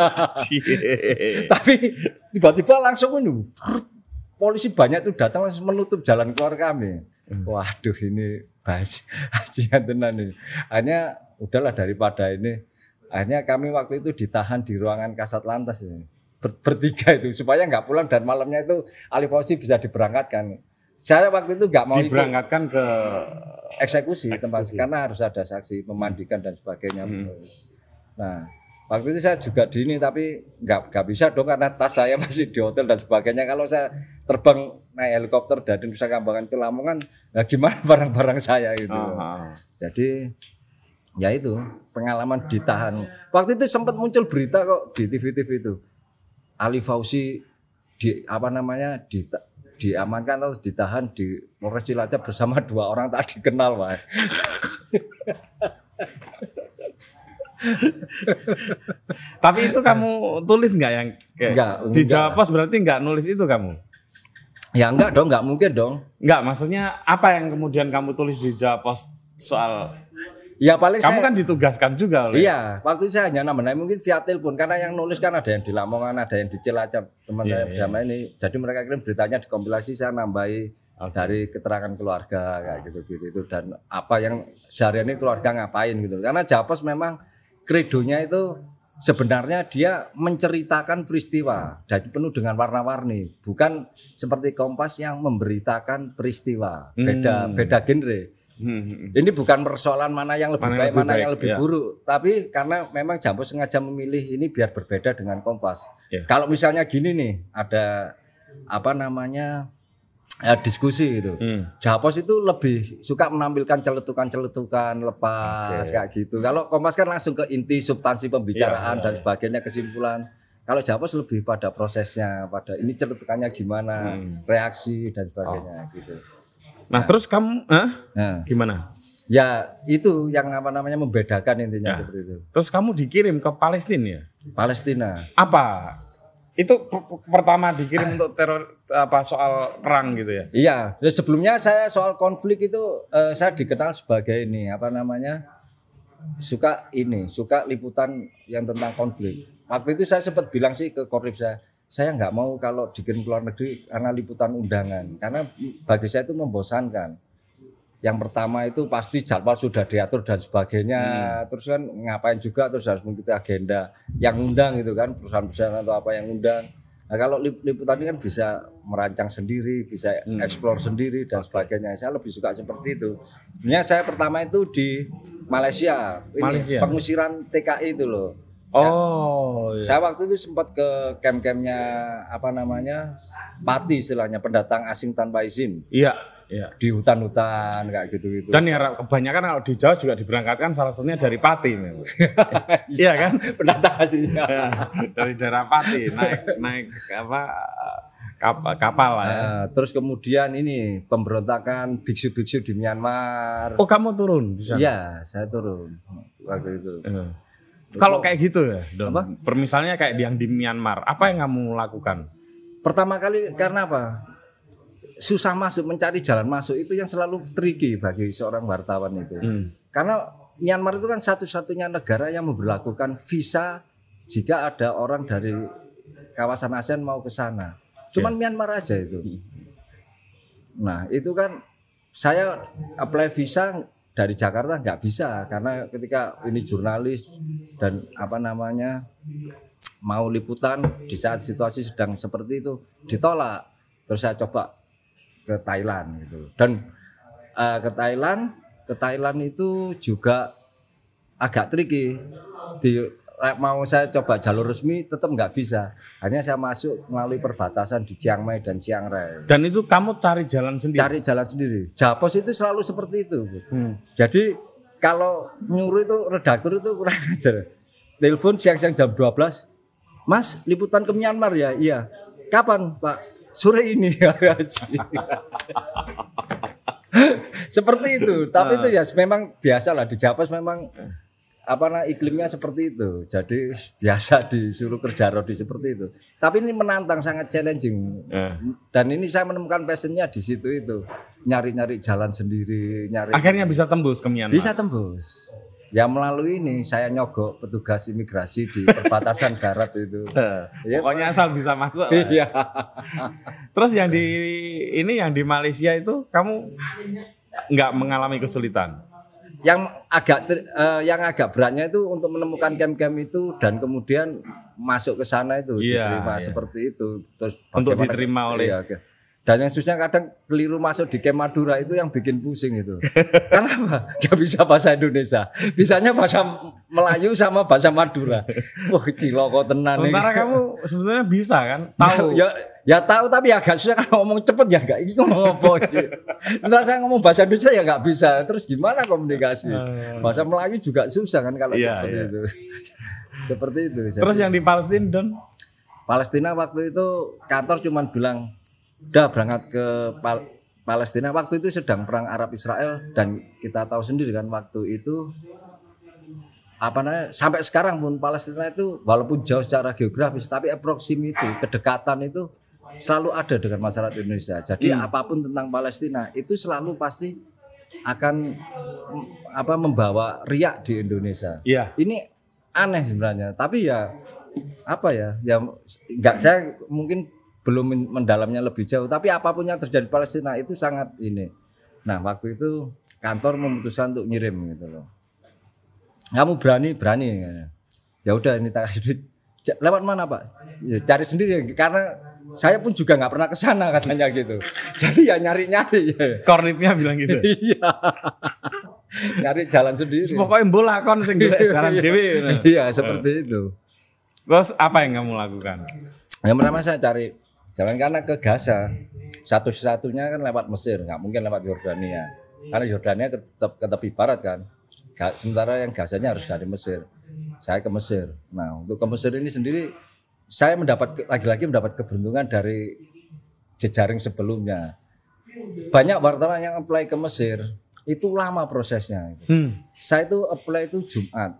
Tapi tiba-tiba langsung ini polisi banyak tuh datang langsung menutup jalan keluar kami. Hmm. Waduh ini bahas ajian tenan ini. Akhirnya udahlah daripada ini. Akhirnya kami waktu itu ditahan di ruangan Kasat Lantas ini. Ber- bertiga itu supaya nggak pulang dan malamnya itu Ali Fauzi bisa diberangkatkan. Saya waktu itu nggak mau diberangkatkan ikut ke eksekusi, eksekusi tempat karena harus ada saksi memandikan dan sebagainya. Hmm. Nah. Waktu itu saya juga di ini tapi nggak nggak bisa dong karena tas saya masih di hotel dan sebagainya. Kalau saya terbang naik helikopter dari Nusa Kambangan ke Lamongan, nah gimana barang-barang saya gitu. Aha. Jadi ya itu pengalaman ditahan. Waktu itu sempat muncul berita kok di T V T V itu Ali Fauzi di apa namanya di, diamankan atau ditahan di Polres Cilacap bersama dua orang tak dikenal, Pak. Tapi itu kamu tulis nggak yang kayak enggak, di Jawa Pos berarti nggak nulis itu kamu? Ya enggak dong, nggak mungkin dong. Enggak, maksudnya apa yang kemudian kamu tulis di Jawa Pos soal? Ya paling kamu saya, kan ditugaskan juga oleh. Iya, waktu itu saya hanya nambah mungkin via telepon karena yang nulis kan ada yang di Lamongan, ada yang di Cilacap teman yeah, saya bersama yeah. ini. Jadi mereka kirim beritanya dikompilasi, saya nambahi okay. dari keterangan keluarga kayak gitu-gitu itu dan apa yang seharian ini keluarga ngapain gitu. Karena Jawa Pos memang kredonya itu sebenarnya dia menceritakan peristiwa dan penuh dengan warna-warni, bukan seperti Kompas yang memberitakan peristiwa. Beda hmm. beda genre. Hmm. Ini bukan persoalan mana yang lebih mana baik, lebih mana baik, yang lebih ya. buruk, tapi karena memang Jawa Pos sengaja memilih ini biar berbeda dengan Kompas. Ya. Kalau misalnya gini nih, ada apa namanya? Ya, diskusi gitu. Hmm. Jawa Pos itu lebih suka menampilkan celetukan-celetukan lepas okay. kayak gitu. Kalau Kompas kan langsung ke inti substansi pembicaraan ya, ya, dan sebagainya, kesimpulan. Kalau Jawa Pos lebih pada prosesnya, pada ini celetukannya gimana, hmm. reaksi dan sebagainya oh. gitu. Nah, nah terus kamu huh? nah, gimana? Ya itu yang apa namanya membedakan intinya ya. Seperti itu. Terus kamu dikirim ke Palestina ya? Palestina. Apa? Itu pertama dikirim untuk teror apa soal perang gitu ya? Iya, sebelumnya saya soal konflik itu eh, saya dikenal sebagai ini apa namanya suka ini suka liputan yang tentang konflik. Waktu itu saya sempat bilang sih ke korip saya, saya nggak mau kalau dikirim ke luar negeri karena liputan undangan, karena bagi saya itu membosankan. Yang pertama itu pasti jadwal sudah diatur dan sebagainya, hmm. terus kan ngapain juga terus harus mengikuti agenda yang undang gitu kan, perusahaan-perusahaan atau apa yang undang. Nah kalau liputan ini kan bisa merancang sendiri, bisa hmm. eksplor sendiri dan sebagainya. Saya lebih suka seperti itu. Sebenarnya saya pertama itu di Malaysia, ini Malaysia. Pengusiran T K I itu loh. Oh, iya. Saya waktu itu sempat ke camp-campnya apa namanya Pati istilahnya, pendatang asing tanpa izin. Iya, iya. Di hutan-hutan kayak gitu-gitu. Dan ya kebanyakan kalau di Jawa juga diberangkatkan salah satunya dari Pati. Iya kan? Pendatang asingnya. Ya, dari daerah Pati naik naik apa kapal, kapal lah ya. Nah, terus kemudian ini pemberontakan biksu-biksu di Myanmar. Oh, kamu turun di sana? Iya, saya turun waktu itu. Iya. Kalau kayak gitu ya, Don. Apa? Permisalnya kayak yang di Myanmar, apa yang kamu lakukan? Pertama kali karena apa? Susah masuk, mencari jalan masuk itu yang selalu tricky bagi seorang wartawan itu. Hmm. Karena Myanmar itu kan satu-satunya negara yang memberlakukan visa jika ada orang dari kawasan ASEAN mau ke sana. Cuman yeah. Myanmar aja itu. Nah, itu kan saya apply visa dari Jakarta nggak bisa karena ketika ini jurnalis dan apa namanya mau liputan di saat situasi sedang seperti itu ditolak. Terus saya coba ke Thailand gitu. Dan uh, ke Thailand, ke Thailand itu juga agak tricky. Di mau saya coba jalur resmi tetap nggak bisa. Hanya saya masuk melalui perbatasan di Chiang Mai dan Chiang Rai. Dan itu kamu cari jalan sendiri? Cari jalan sendiri. Japos itu selalu seperti itu. Hmm. Jadi kalau nyuruh itu redaktur itu kurang ajar. Telepon siang-siang jam dua belas. Mas, liputan ke Myanmar ya? Iya. Kapan, Pak? Sore ini. Seperti itu. Tapi itu ya memang biasalah di Japos memang apa nah iklimnya seperti itu. Jadi biasa disuruh kerja rodi seperti itu. Tapi ini menantang, sangat challenging. Eh. Dan ini saya menemukan passionnya di situ itu. Nyari-nyari jalan sendiri, nyari. Akhirnya bisa tembus ke Myanmar. Bisa tembus. Ya melalui ini saya nyogok petugas imigrasi di perbatasan darat itu. Ya, pokoknya asal bisa masuk. Iya. Terus yang di ini yang di Malaysia itu kamu nggak mengalami kesulitan? Yang agak uh, yang agak beratnya itu untuk menemukan camp-camp itu dan kemudian masuk ke sana itu yeah, diterima yeah. seperti itu terus untuk diterima oleh iya, okay. Dan yang susahnya kadang keliru masuk di camp Madura itu yang bikin pusing itu. Kenapa? Gak bisa bahasa Indonesia, bisanya bahasa Melayu sama bahasa Madura. Wah ciloko tenan. Sementara nih. Kamu sebenarnya bisa kan? Tahu ya, ya, ya tahu tapi agak susah kalau ngomong cepet ya enggak. Ini ngomong apa? Ntar saya ngomong bahasa Indonesia ya enggak bisa. Terus gimana komunikasi? Bahasa Melayu juga susah kan kalau iya, seperti iya. itu. Seperti itu. Terus yang di Palestina, Don? Palestina waktu itu kantor cuman bilang udah berangkat ke Pal- Palestina. Waktu itu sedang perang Arab Israel dan kita tahu sendiri kan waktu itu apa namanya sampai sekarang pun Palestina itu walaupun jauh secara geografis tapi proximity, kedekatan itu selalu ada dengan masyarakat Indonesia. Jadi hmm. apapun tentang Palestina itu selalu pasti akan apa membawa riak di Indonesia. Yeah. Ini aneh sebenarnya, tapi ya apa ya? Ya enggak saya mungkin belum mendalamnya lebih jauh, tapi apapun yang terjadi di Palestina itu sangat ini. Nah, waktu itu kantor memutuskan untuk ngirim gitu loh. Kamu berani, berani. Ya udah ini tak kasih duit. Lewat mana, Pak? Ya, cari sendiri karena saya pun juga nggak pernah ke sana katanya gitu. Jadi ya nyari-nyari. Kornitnya bilang gitu. Iya. Nyari jalan sendiri. Pokoknya bola kon sing golek jalan dhewe. Iya, seperti itu. Terus apa yang kamu lakukan? Yang pertama saya cari jalan karena ke Gaza, satu-satunya kan lewat Mesir, nggak mungkin lewat Yordania. Karena Yordania ke, ke tepi barat kan. Sementara yang Gazanya harus dari Mesir. Saya ke Mesir. Nah, untuk ke Mesir ini sendiri saya mendapat lagi-lagi mendapat keberuntungan dari jejaring sebelumnya. Banyak wartawan yang apply ke Mesir, itu lama prosesnya. Hmm. Saya itu apply itu Jumat.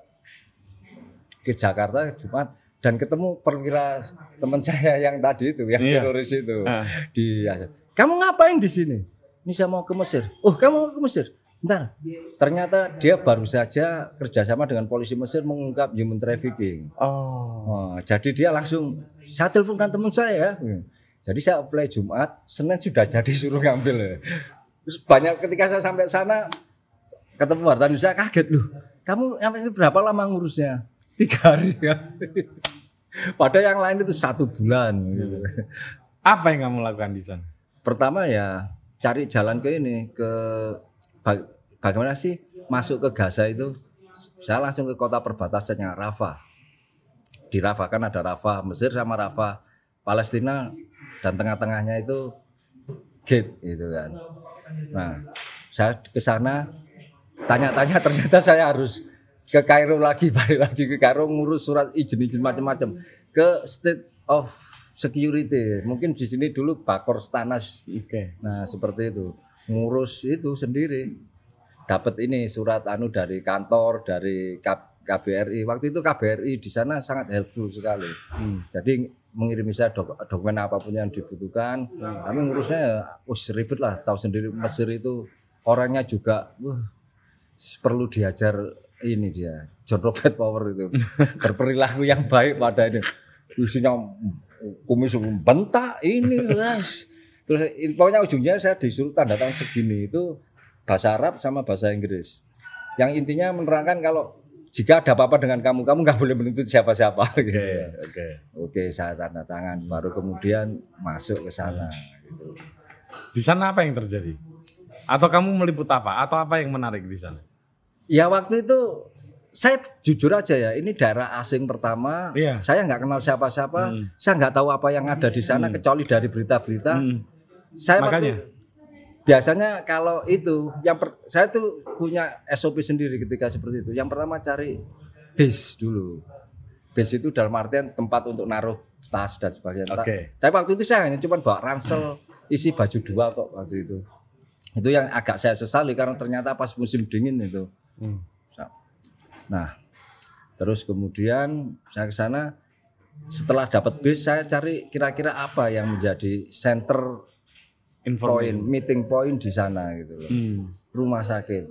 Ke Jakarta Jumat. Dan ketemu perwira teman saya yang tadi itu, yang iya. teroris itu. Uh. Di, kamu ngapain di sini? Ini saya mau ke Mesir. Oh, kamu mau ke Mesir? Bentar. Ternyata dia baru saja kerjasama dengan polisi Mesir mengungkap human trafficking. Oh. Oh jadi dia langsung, saya teleponkan teman saya. Jadi saya apply Jumat, Senin sudah jadi suruh ngambil. Terus banyak ketika saya sampai sana, ketemu wartawan saya kaget loh. Kamu sampai berapa lama ngurusnya? Tiga hari ya. Pada yang lain itu satu bulan. Gitu. Apa yang kamu lakukan di sana? Pertama ya cari jalan ke ini ke bagaimana sih masuk ke Gaza itu. Saya langsung ke kota perbatasannya Rafah. di Rafah kan ada Rafah Mesir sama Rafah Palestina dan tengah-tengahnya itu gate gitu kan. Nah, saya ke sana tanya-tanya ternyata saya harus ke Kairo lagi, balik lagi ke Kairo ngurus surat izin-izin macam-macam ke State of Security. Mungkin di sini dulu Bakor Stanas. Oke. Okay. Nah, seperti itu. Ngurus itu sendiri. Dapat ini surat anu dari kantor dari K B R I. Waktu itu K B R I di sana sangat helpful sekali. Hmm. Jadi mengirimi saya dok, dokumen apapun yang dibutuhkan. Hmm. Kami ngurusnya ya, us ribet lah. Tahu sendiri Mesir itu orangnya juga wah, perlu diajar ini dia John Robert Power itu berperilaku yang baik pada ini. Isinya kumis bentak ini guys. Terus pokoknya ujungnya saya disuruh tanda tangan segini itu bahasa Arab sama bahasa Inggris. Yang intinya menerangkan kalau jika ada apa-apa dengan kamu, kamu nggak boleh menuntut siapa-siapa. Oke, gitu. Oke. Okay. Oke, saya tanda tangan. Baru kemudian masuk ke sana. Hmm. Gitu. Di sana apa yang terjadi? Atau kamu meliput apa? Atau apa yang menarik di sana? Ya waktu itu saya jujur aja ya, ini daerah asing pertama. Iya. Saya nggak kenal siapa-siapa. Hmm. Saya nggak tahu apa yang ada di sana hmm. kecuali dari berita-berita. Hmm. Saya Makanya. waktu biasanya kalau itu yang per, saya tuh punya S O P sendiri ketika seperti itu. Yang pertama cari base dulu. Base itu dalam artian tempat untuk naruh tas dan sebagainya. Okay. Tapi waktu itu saya hanya cuma bawa ransel isi baju dua kok waktu itu. Itu yang agak saya sesali karena ternyata pas musim dingin itu. Hmm. Nah, terus kemudian saya ke sana. Setelah dapat base saya cari kira-kira apa yang menjadi center point, meeting point di sana gitu loh. Hmm. Rumah sakit.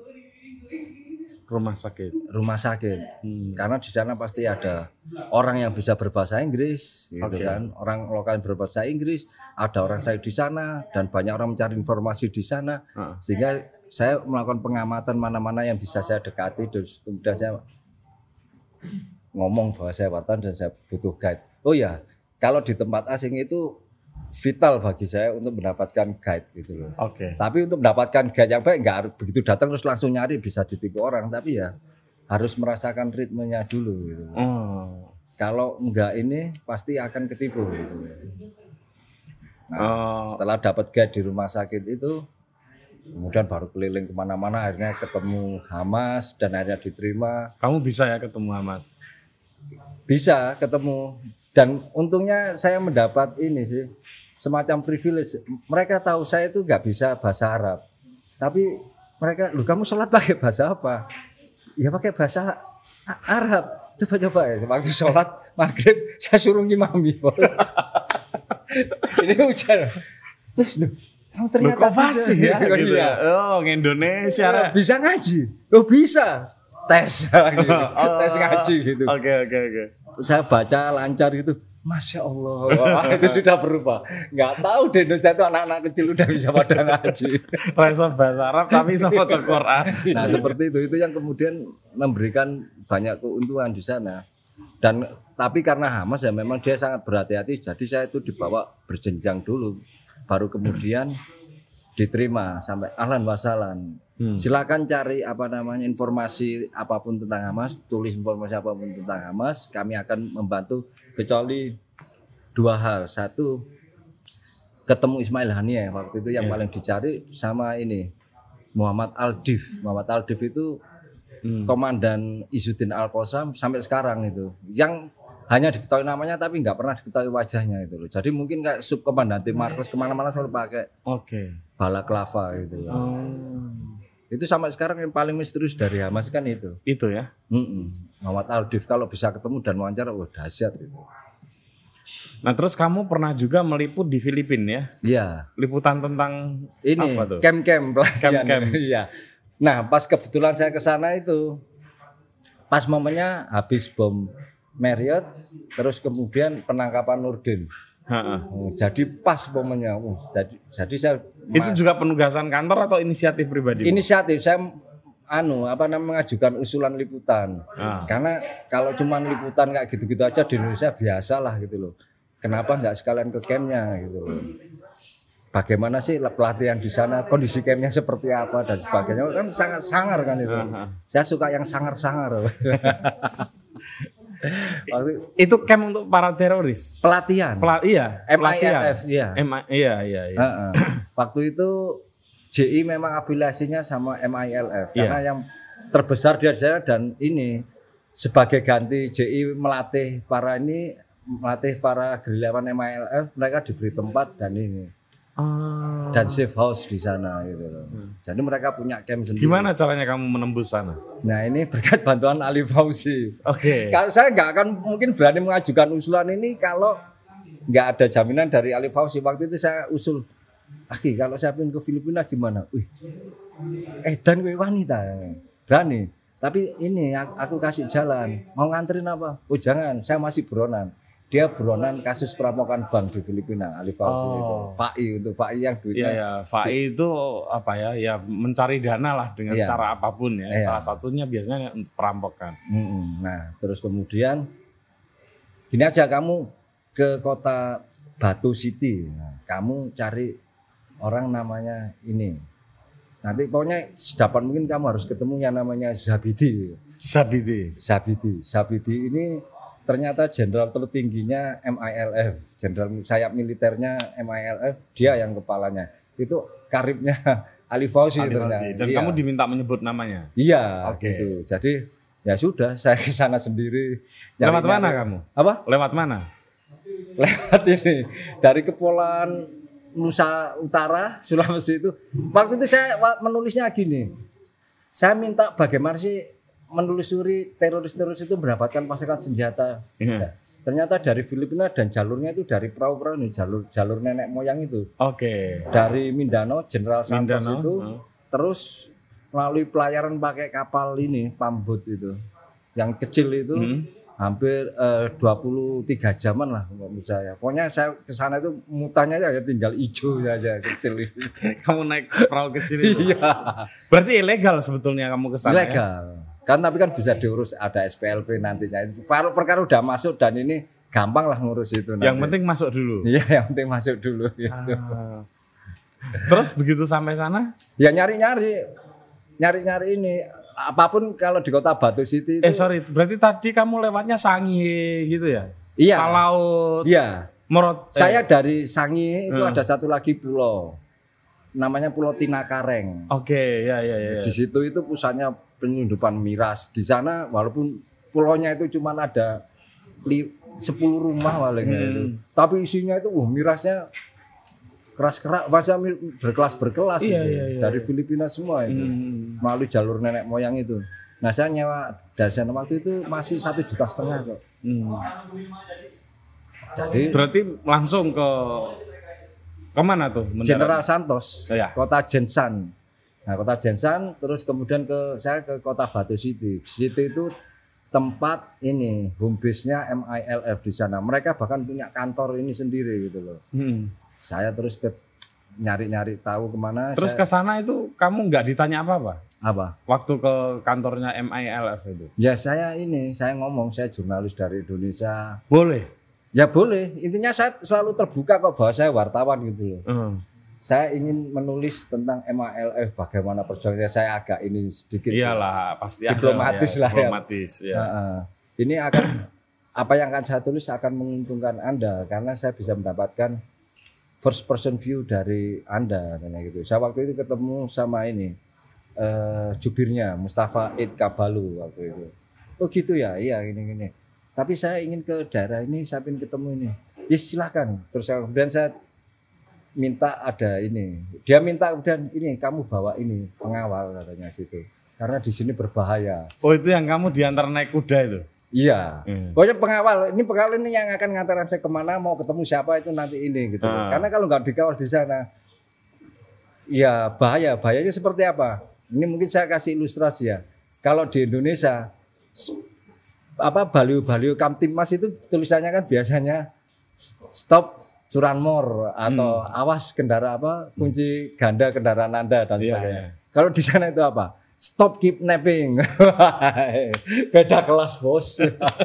Rumah sakit. Rumah sakit. Hmm. Karena di sana pasti ada orang yang bisa berbahasa Inggris gitu okay. kan. Orang lokal yang berbahasa Inggris, ada orang saya di sana dan banyak orang mencari informasi di sana. Uh. Sehingga saya melakukan pengamatan mana-mana yang bisa saya dekati, terus kemudian saya ngomong bahwa saya wartawan dan saya butuh guide. Oh ya, kalau di tempat asing itu vital bagi saya untuk mendapatkan guide gitu loh. Oke. Okay. Tapi untuk mendapatkan guide yang baik nggak begitu datang terus langsung nyari bisa ditipu orang, tapi ya harus merasakan ritmenya dulu gitu. Oh. Kalau enggak ini pasti akan ketipu gitu. Nah, oh. Setelah dapat guide di rumah sakit itu kemudian baru keliling kemana-mana, akhirnya ketemu Hamas dan akhirnya diterima. Kamu bisa ya ketemu Hamas? Bisa ketemu dan untungnya saya mendapat ini sih semacam privilege. Mereka tahu saya itu nggak bisa bahasa Arab, tapi mereka, lu kamu sholat pakai bahasa apa? Ya pakai bahasa Arab. Coba-coba ya waktu sholat maghrib saya suruh ngimami. Ini hujan. Terus lu oh, ternyata kok fasih ya gitu. Ya. Oh, Indonesia ya, bisa ngaji. Oh, bisa. Tes gitu. Oh, tes ngaji gitu. Oke, okay, oke, okay, oke. Okay. Saya baca lancar gitu. Masya Allah. Wah, itu sudah berubah. Enggak tahu di Indonesia itu anak-anak kecil udah bisa pada ngaji. Rasa bahasa Arab tapi sama baca Quran. Nah, seperti itu itu yang kemudian memberikan banyak keuntungan di sana. Dan tapi karena Hamas ya memang dia sangat berhati-hati, jadi saya itu dibawa berjenjang dulu. Baru kemudian diterima sampai ahlan wasalan. Hmm. Silakan cari apa namanya informasi apapun tentang Hamas, tulis informasi apapun tentang Hamas, kami akan membantu kecuali dua hal. Satu, ketemu Ismail Haniyeh waktu itu yang yeah. paling dicari sama ini Muhammad Al-Dif. Muhammad Al-Dif itu hmm. komandan Izzuddin Al-Qassam sampai sekarang itu. Yang hanya diketahui namanya tapi nggak pernah diketahui wajahnya itu loh. Jadi mungkin kayak subkomandan tim Marcos kemana-mana selalu pakai okay. balaklava gitu. Oh. Itu sampai sekarang yang paling misterius dari Hamas kan itu. Itu ya. Mm-mm. Muhammad Al-Dif kalau bisa ketemu dan wawancara, wah dahsyat itu. Nah terus kamu pernah juga meliput di Filipina ya? Iya. Liputan tentang ini apa tuh? Camp-camp pelatihan. Camp-camp. Iya. Nah pas kebetulan saya ke sana itu, pas momennya habis bom Marriott, terus kemudian penangkapan Nurdin. Oh, jadi pas momennya. Oh, jadi, jadi saya itu ma- juga penugasan kantor atau inisiatif pribadi? Inisiatif saya anu apa namanya mengajukan usulan liputan. Ah. Karena kalau cuma liputan kayak gitu-gitu aja di Indonesia biasa lah gitu loh. Kenapa nggak sekalian ke campnya gitu loh. Bagaimana sih pelatihan di sana, kondisi campnya seperti apa dan sebagainya, kan sangat sangar kan itu. Ah. Saya suka yang sangar-sangar. Waktu Itu camp untuk para teroris. pelatihan. Pela, iya, M I L pelatihan. F, iya. M I, iya, iya, iya. Heeh. Waktu itu J I memang afiliasinya sama M I L F Iya. karena yang terbesar di sana dan ini sebagai ganti J I melatih para ini melatih para gerilyawan M I L F, mereka diberi tempat dan ini Ah. dan safe house di sana gitu loh. Jadi mereka punya camp sendiri. Gimana caranya kamu menembus sana? Nah ini berkat bantuan Ali Fauzi. Oke. Kalau saya nggak akan mungkin berani mengajukan usulan ini kalau nggak ada jaminan dari Ali Fauzi. Waktu itu saya usul, Aki kalau saya pindah ke Filipina gimana? Wih, eh dan gue wanita berani. Tapi ini aku, aku kasih jalan. Mau nganterin apa? Oh jangan, saya masih buronan. Dia buronan kasus perampokan bank di Filipina, Ali Fauzi Oh. itu. F A I itu, F A I yang Iya, duitnya. ya. F A I itu apa ya? Ya mencari dana lah dengan Iya. cara apapun ya. Iya. Salah satunya biasanya untuk perampokan. Mm-mm. Nah, terus kemudian gini aja kamu ke kota Batu City. Nah, kamu cari orang namanya ini. Nanti pokoknya sedapat mungkin kamu harus ketemu yang namanya Zabidi. Sabidi. Zabidi. Zabidi ini ternyata jenderal tertingginya M I L F, jenderal sayap militernya M I L F, dia yang kepalanya. Itu karibnya Ali Fauzi ternyata. Dan Iya. kamu diminta menyebut namanya. Iya, Oke. gitu. Jadi ya sudah, saya ke sana sendiri. Lewat Nyari-nyari. mana kamu? Apa? Lewat mana? Lewat ini dari kepulauan Nusa Utara, Sulawesi itu. Waktu itu saya wa- menulisnya gini. Saya minta bagaimana sih menelusuri teroris-teroris itu mendapatkan pasukan senjata. Iya. Nah, ternyata dari Filipina dan jalurnya itu dari perahu-perahu ini, jalur jalur nenek moyang itu. Oke. Dari Mindanao, Jenderal Santos Mindanao, itu, hmm. terus melalui pelayaran pakai kapal ini, pambut itu, yang kecil itu, Hmm. hampir eh, dua puluh tiga jaman lah menurut saya. Pokoknya saya ke sana itu mutanya aja tinggal hijau aja kecil itu. Kamu naik perahu kecil itu. Iya, Berarti ilegal sebetulnya kamu ke sana. Ya? ilegal. Kan tapi kan bisa diurus ada S P L P nantinya. Itu Kalau perkara udah masuk dan ini gampang lah ngurus itu nanti. Yang penting masuk dulu. Iya, yang penting masuk dulu gitu. Ah. Terus begitu sampai sana? Ya nyari-nyari, nyari-nyari ini apapun kalau di kota Batu City itu. Eh sorry, berarti tadi kamu lewatnya Sangihe gitu ya? Iya. Laut. Iya. Morot. eh, Saya dari Sangihe itu Hmm. ada satu lagi pulau, namanya Pulau Tinakareng. Oke, ya ya ya. Di situ itu pusatnya penyelundupan miras. Di sana walaupun pulaunya itu cuma ada li, sepuluh rumah paling ya Hmm. itu, tapi isinya itu wah mirasnya keras-keras, masa berkelas-berkelas Iya, itu. iya, iya, dari iya. Filipina semua itu. Hmm. Melalui jalur nenek moyang itu. Nah saya nyewa dari sana waktu itu masih satu juta setengah kok. Hmm. Jadi Berarti langsung ke kemana tuh? mendarat? General Santos, Oh, ya. kota Jensan. Nah kota Jensan, terus kemudian ke saya ke kota Batu City. Di situ itu tempat ini home base-nya M I L F di sana. Mereka bahkan punya kantor ini sendiri gitu loh. Hmm. Saya terus ke nyari-nyari tahu kemana. Terus saya, ke sana itu kamu nggak ditanya apa-apa? apa? Waktu ke kantornya M I L F itu? Ya saya ini, saya ngomong saya jurnalis dari Indonesia. Boleh. Ya boleh. Intinya saya selalu terbuka kok bahwa saya wartawan gitu loh. Hmm. Saya ingin menulis tentang M I L F bagaimana perjuangannya. Saya agak ini sedikit Iyalah, pasti ada Diplomatis ya, lah ya. diplomatis, ya. Nah, ini akan apa yang akan saya tulis akan menguntungkan Anda karena saya bisa mendapatkan first person view dari Anda kayak gitu. Saya waktu itu ketemu sama ini eh, jubirnya Mustafa Id Kabalu waktu itu. Oh gitu ya, iya gini gini. Tapi saya ingin ke daerah ini, saya ingin ketemu ini. Ya silahkan. Terus saya, kemudian saya minta ada ini. Dia minta kemudian ini kamu bawa ini pengawal katanya gitu. Karena di sini berbahaya. Oh itu yang kamu diantar naik kuda itu? Iya. Hmm. Pokoknya pengawal, ini pengawal ini yang akan ngantaran saya kemana, mau ketemu siapa itu nanti ini gitu. Ah. Karena kalau nggak dikawal di sana, ya bahaya. Bahayanya seperti apa? Ini mungkin saya kasih ilustrasi ya. Kalau di Indonesia, s- apa baliho-baliho Kamtibmas itu tulisannya kan biasanya stop curanmor atau Hmm. awas kendaraan apa kunci ganda kendaraan Anda dan Iya, sebagainya. iya. Kalau di sana itu apa? Stop kidnapping. Beda kelas bos.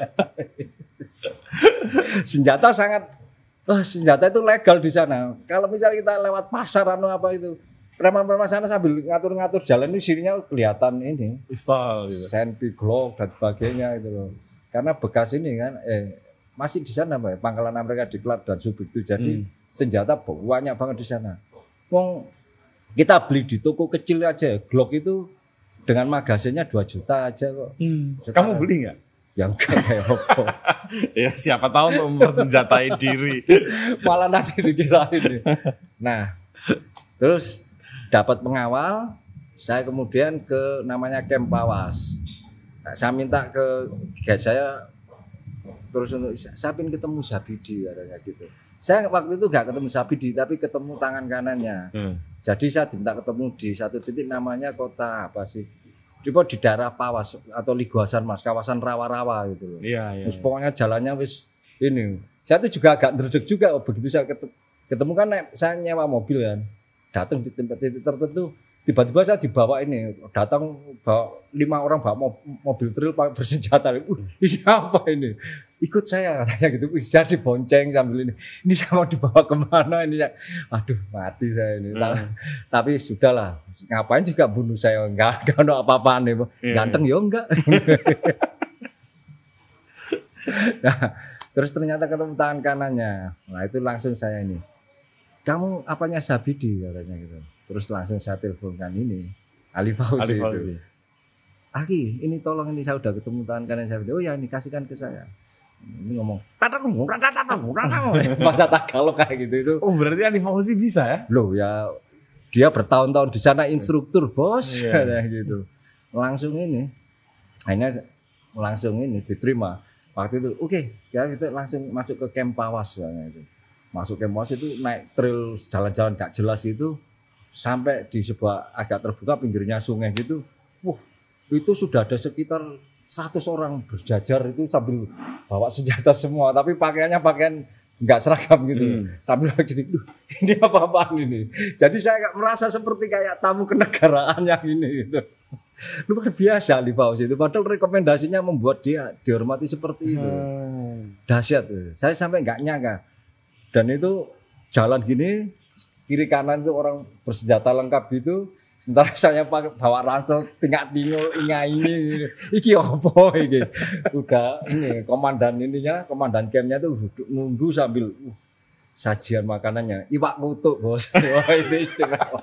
Senjata sangat, wah senjata itu legal di sana. Kalau misalnya kita lewat pasar atau apa itu, preman-preman sana sambil ngatur-ngatur jalan ini sirinya kelihatan ini, Pistol gitu. senpi, glock dan sebagainya itu loh. karena bekas ini kan eh masih di sana Pak, Pangkalan Amerika Diklat dan Subic itu jadi hmm. senjata banyak banget di sana. Wong kita beli di toko kecil aja, Glock itu dengan magazinnya dua juta aja kok. Hmm. Kamu beli nggak? Yang kayak apa? Ya siapa tahu mau mempersenjatai diri. Malah nanti dikirain nih. Nah, terus dapat pengawal, saya kemudian ke namanya Camp Pawas. Nah, saya minta ke guys saya terus untuk saya ingin ketemu Zabidi katanya gitu. Saya waktu itu nggak ketemu Zabidi tapi ketemu tangan kanannya. Hmm. Jadi saya diminta ketemu di satu titik namanya kota apa sih? Di di daerah Pawas atau Liguasan Mas, kawasan rawa-rawa gitu loh. Iya, iya. Terus pokoknya jalannya wis ini. Saya tuh juga agak ndredeg juga oh, begitu saya ketemu, ketemu kan saya nyewa mobil kan. Datang di tempat titik tertentu tiba-tiba saya dibawa ini datang bawa lima orang bawa mobil tril bersenjata. Uh, ini apa ini? Ikut saya katanya gitu. Saya dibonceng sambil ini. Ini saya mau dibawa kemana ini? Aduh mati saya ini. Hmm. Tapi sudahlah. Ngapain juga bunuh saya? Enggak, enggak ada apa-apaan nih. Yeah. Ganteng ya enggak. Nah, terus ternyata ketemu tangan kanannya. Nah itu langsung saya ini. Kamu apanya Zabidi katanya gitu. Terus langsung saya teleponkan ini Ali Fauzi, Ali Fauzi. Itu. Aki, ini tolong ini saya udah ketemu tangan kanan Zabidi. Oh ya ini kasihkan ke saya. Ini ngomong tatang murah tatang murah bahasa Tagalog kayak gitu itu. Oh berarti Ali Fauzi bisa ya? Loh ya dia bertahun-tahun di sana instruktur bos kayak gitu. Langsung ini akhirnya langsung ini diterima. Waktu itu oke, okay, kita langsung masuk ke Camp Pawas itu. Masuk Camp Pawas itu naik trail jalan-jalan gak jelas itu sampai di sebuah agak terbuka pinggirnya sungai gitu. Wah, itu sudah ada sekitar seratus orang berjajar itu sambil bawa senjata semua, tapi pakaiannya pakaian enggak seragam gitu. Hmm. Sambil lagi duh, ini apa-apaan ini. Jadi saya merasa seperti kayak tamu kenegaraan yang ini gitu. Luar biasa Ali Fauzi itu, padahal rekomendasinya membuat dia dihormati seperti itu. Hmm. Dahsyat tuh. Saya sampai enggak nyangka. Dan itu jalan gini kiri kanan itu orang bersenjata lengkap gitu. Sementara saya pakai bawa ransel tingkat tinggal ingai ini. Iki apa iki? Udah ini komandan ininya, komandan campnya tuh duduk nunggu sambil uh, sajian makanannya iwak kutuk bos. Wah itu istimewa.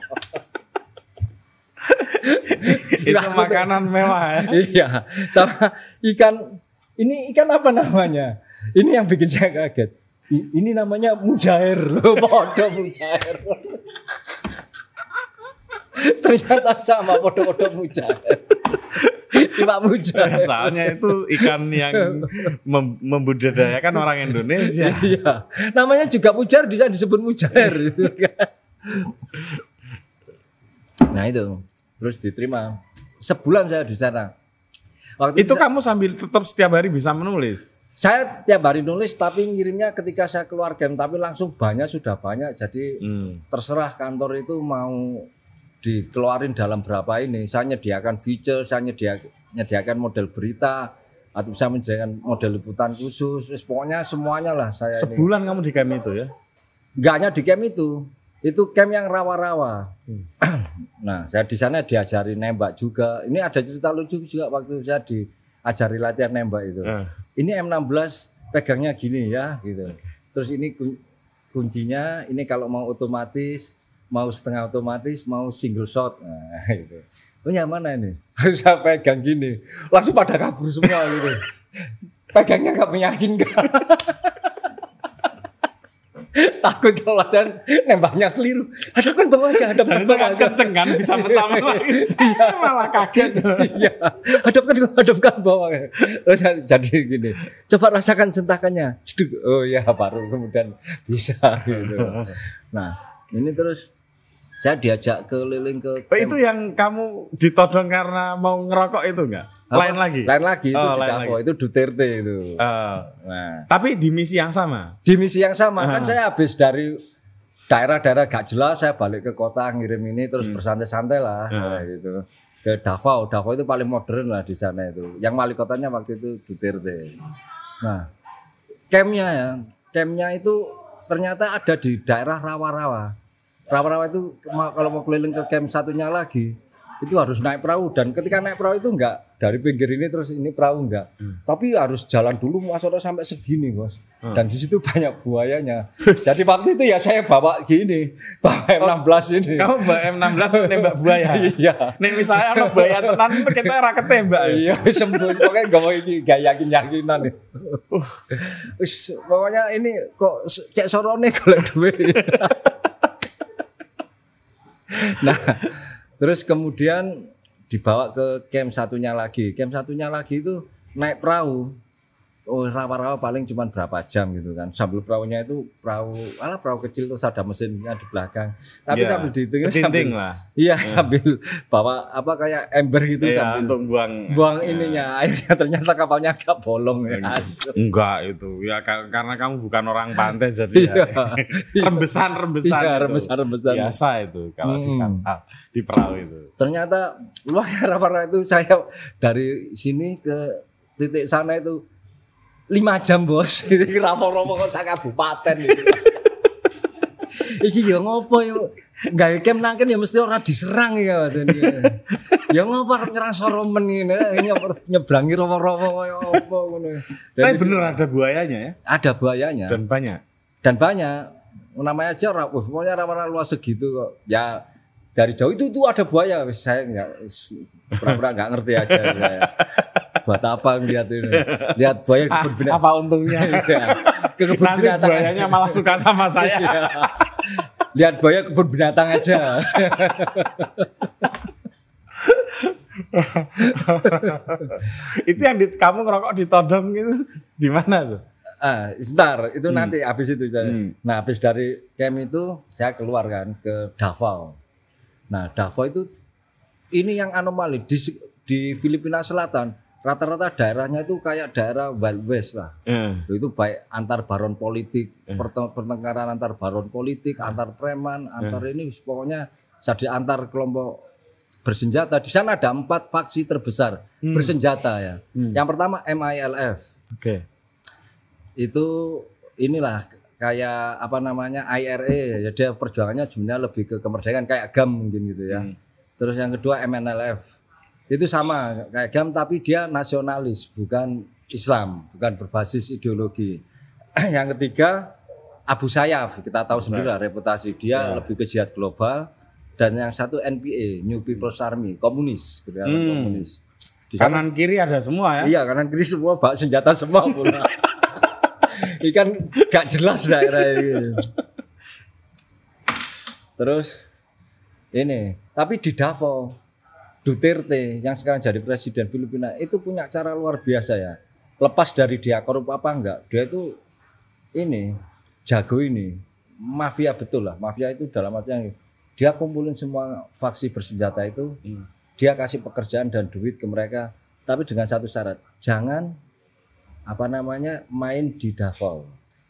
Itu makanan mewah ya. Iya, sama ikan ini ikan apa namanya? Ini yang bikin saya kaget. I, ini namanya mujair loh, podo mujair. Ternyata sama podo-podo mujair. Iwak mujair. Soalnya itu ikan yang mem- membudidayakan orang Indonesia. Iya, namanya juga mujair bisa disebut mujair. Nah itu, terus diterima. Sebulan saya di sana. Waktu itu saya, kamu sambil tetap setiap hari bisa menulis? Saya tiap hari nulis tapi ngirimnya ketika saya keluar game tapi langsung banyak sudah banyak jadi hmm. terserah kantor itu mau dikeluarin dalam berapa ini. Saya nyediakan feature, saya nyediakan, nyediakan model berita atau saya menyediakan model liputan khusus. Pokoknya semuanya lah saya. Sebulan ini. Kamu di camp itu ya? Enggak hanya di camp itu. Itu camp yang rawa-rawa. Hmm. Nah, saya di sana diajari nembak juga. Ini ada cerita lucu juga waktu saya diajari latihan nembak itu. Uh. Ini M enam belas pegangnya gini ya gitu. Terus ini kuncinya ini kalau mau otomatis, mau setengah otomatis, mau single shot. Nah, gitu. Oh yang mana ini? Saya pegang gini. Langsung pada kabur semua gitu. Pegangnya enggak meyakinkan. Takut kalau latihan nembaknya keliru. Hadapkan bawah aja, hadapkan bawah aja. Kenceng kan bisa pertama lagi. Iya, malah kaget. Iya. Hadapkan hadapkan bawah. Jadi gini. Coba rasakan sentakannya. Oh ya baru kemudian bisa gitu. Nah, ini terus saya diajak keliling ke oh, itu yang kamu ditodong karena mau ngerokok itu enggak? Apa? Lain lagi? Lain lagi itu oh, di Davo, itu Duterte itu. Uh, nah. Tapi di misi yang sama? Di misi yang sama, uh. kan saya habis dari daerah-daerah gak jelas, saya balik ke kota ngirim ini terus hmm. bersantai-santai lah uh. gitu. Ke Davao, Davao itu paling modern lah di sana itu. Yang wali kotanya waktu itu Duterte. Nah, campnya ya, campnya itu ternyata ada di daerah rawa-rawa. Rawa-rawa itu kalau mau keliling ke camp satunya lagi, itu harus naik perahu, dan ketika naik perahu itu enggak dari pinggir ini terus ini perahu enggak, hmm. tapi harus jalan dulu masuk sampai segini bos, hmm. dan di situ banyak buayanya. Jadi waktu itu ya saya bawa gini, bawa M enam belas ini. Kamu bawa M enam belas nembak buaya? Iya. Nek misalnya ada buaya tenan kita ora ketembak. Iya, sembuh pokoknya gak mau ini gak yakin yakinan nih. Wis pokoknya ini kok cek sorone golek duit. Nah, terus kemudian dibawa ke camp satunya lagi. Camp satunya lagi itu naik perahu. Oh, rawa-rawa paling cuma berapa jam gitu kan. Sambil perahunya itu perahu, alah perahu kecil terus ada mesinnya di belakang. Tapi yeah, sambil dihitungin sambil lah. Iya, yeah. sambil bawa apa kayak ember gitu yeah, sambil untuk buang buang yeah. ininya. Akhirnya ternyata kapalnya agak bolong ya. Enggak itu. Ya karena kamu bukan orang pantai jadi ya. rembesan-rembesan. Iya, rembesan-rembesan. Biasa itu kalau hmm. di kapal, di perahu itu. Ternyata luar rawa itu saya dari sini ke titik sana itu lima jam bos, ini rapo-rapo kok sak kabupaten gitu. Iki ya ngopo yo, gawe camp nangken ya mesti ora diserang ya katene. Ya ngopo nyerang Soromen ngene, nyebrangi rapo-rapo kaya apa ngono. Tapi bener ada buayanya ya? Ada buayanya. Dan banyak. Dan banyak. Namanya aja ora, pokoknya rawa-rawa luas segitu kok. Ya dari jauh itu itu ada buaya, saya enggak pura-pura enggak ngerti aja saya. Buat apa ngeliat ini? Lihat buaya kebun binatang. Apa untungnya? Ke kebun nanti binatang. Buayanya malah suka sama saya. Lihat buaya kebun binatang aja. Itu yang di, kamu ngerokok ditodong gitu di mana tuh? Ah, sebentar, itu hmm. nanti habis itu. Hmm. Nah, habis dari camp itu saya keluar kan ke Davao. Nah, Davao itu ini yang anomali di di Filipina Selatan. Rata-rata daerahnya itu kayak daerah Wild West lah. Mm. Itu baik antar baron politik, mm. pertengkaran antar baron politik, mm. antar preman, antar mm. ini pokoknya jadi antar kelompok bersenjata. Di sana ada empat faksi terbesar mm. bersenjata ya. Mm. Yang pertama M I L F. Oke. Okay. Itu inilah kayak apa namanya I R A. Ya dia perjuangannya sebenarnya lebih ke kemerdekaan kayak G A M mungkin gitu ya. Mm. Terus yang kedua M N L F. Itu sama kayak G A M tapi dia nasionalis, bukan Islam, bukan berbasis ideologi. Yang ketiga Abu Sayyaf, kita tahu sendiri lah reputasi dia ya. Lebih ke jihad global. Dan yang satu N P A, New People's Army, komunis, gitu ya, hmm. komunis. Di kanan kiri ada semua ya? Iya, kanan kiri semua bawa senjata semua pula. Ikan gak jelas daerah ini. Terus ini, tapi di Davao Duterte yang sekarang jadi presiden Filipina itu punya cara luar biasa ya. Lepas dari dia korup apa enggak, dia itu ini jago ini, mafia betul lah. Mafia itu dalam artian dia kumpulin semua faksi bersenjata itu, hmm. dia kasih pekerjaan dan duit ke mereka, tapi dengan satu syarat, jangan apa namanya main di Davao.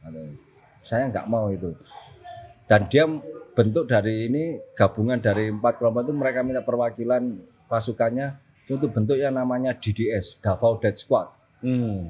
Saya nggak mau itu. Dan dia bentuk dari ini gabungan dari empat kelompok itu, mereka minta perwakilan pasukannya untuk bentuk yang namanya D D S, Davao Death Squad. Hmm.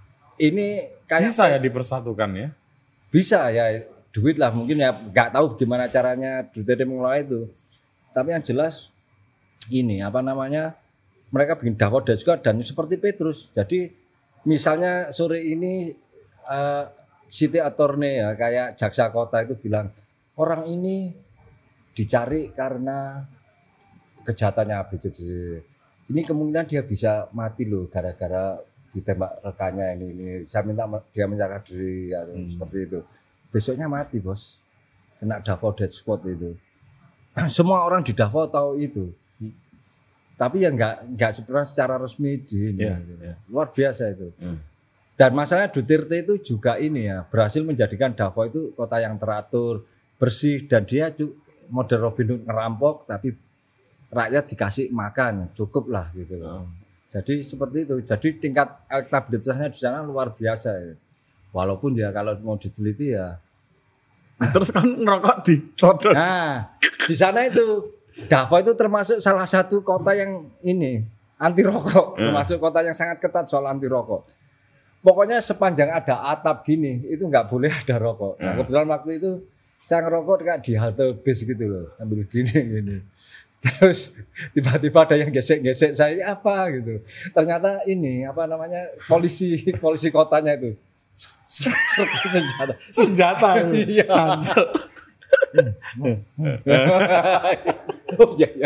Ini kayak bisa ya dipersatukan ya? Bisa ya, duit lah mungkin ya, nggak tahu gimana caranya Duterte mengelola itu. Tapi yang jelas ini apa namanya, mereka bikin Davao Death Squad dan seperti Petrus. Jadi misalnya sore ini uh, City Attorney ya kayak jaksa kota itu bilang orang ini dicari karena kejahatannya A B C D. Ini kemungkinan dia bisa mati loh gara-gara ditembak rekannya ini. Ini saya minta dia menyerahkan diri ya, hmm. seperti itu. Besoknya mati bos, kena Davao Death Squad itu. Semua orang di Davao tahu itu. Hmm. Tapi ya nggak nggak secara resmi di ini. Yeah, yeah. Luar biasa itu. Hmm. Dan masalahnya Duterte itu juga ini ya berhasil menjadikan Davao itu kota yang teratur, bersih, dan dia model Robin Hood ngerampok tapi rakyat dikasih makan cukup lah gitu loh. Hmm. Jadi seperti itu. Jadi tingkat elektabilitasnya di sana luar biasa ya. Walaupun ya kalau mau diteliti ya. Terus kan ngerokok ditodong. Nah di sana itu Davao itu termasuk salah satu kota yang ini anti rokok, hmm. termasuk kota yang sangat ketat soal anti rokok. Pokoknya sepanjang ada atap gini itu nggak boleh ada rokok. Nah, kebetulan waktu itu saya ngerokok kayak di halte bis gitu loh, sambil gini gini. Terus tiba-tiba ada yang gesek-gesek saya, ini apa gitu. Ternyata ini apa namanya polisi polisi kotanya itu. Senjata. Senjata. Iya. Cancel. Oh iya iya.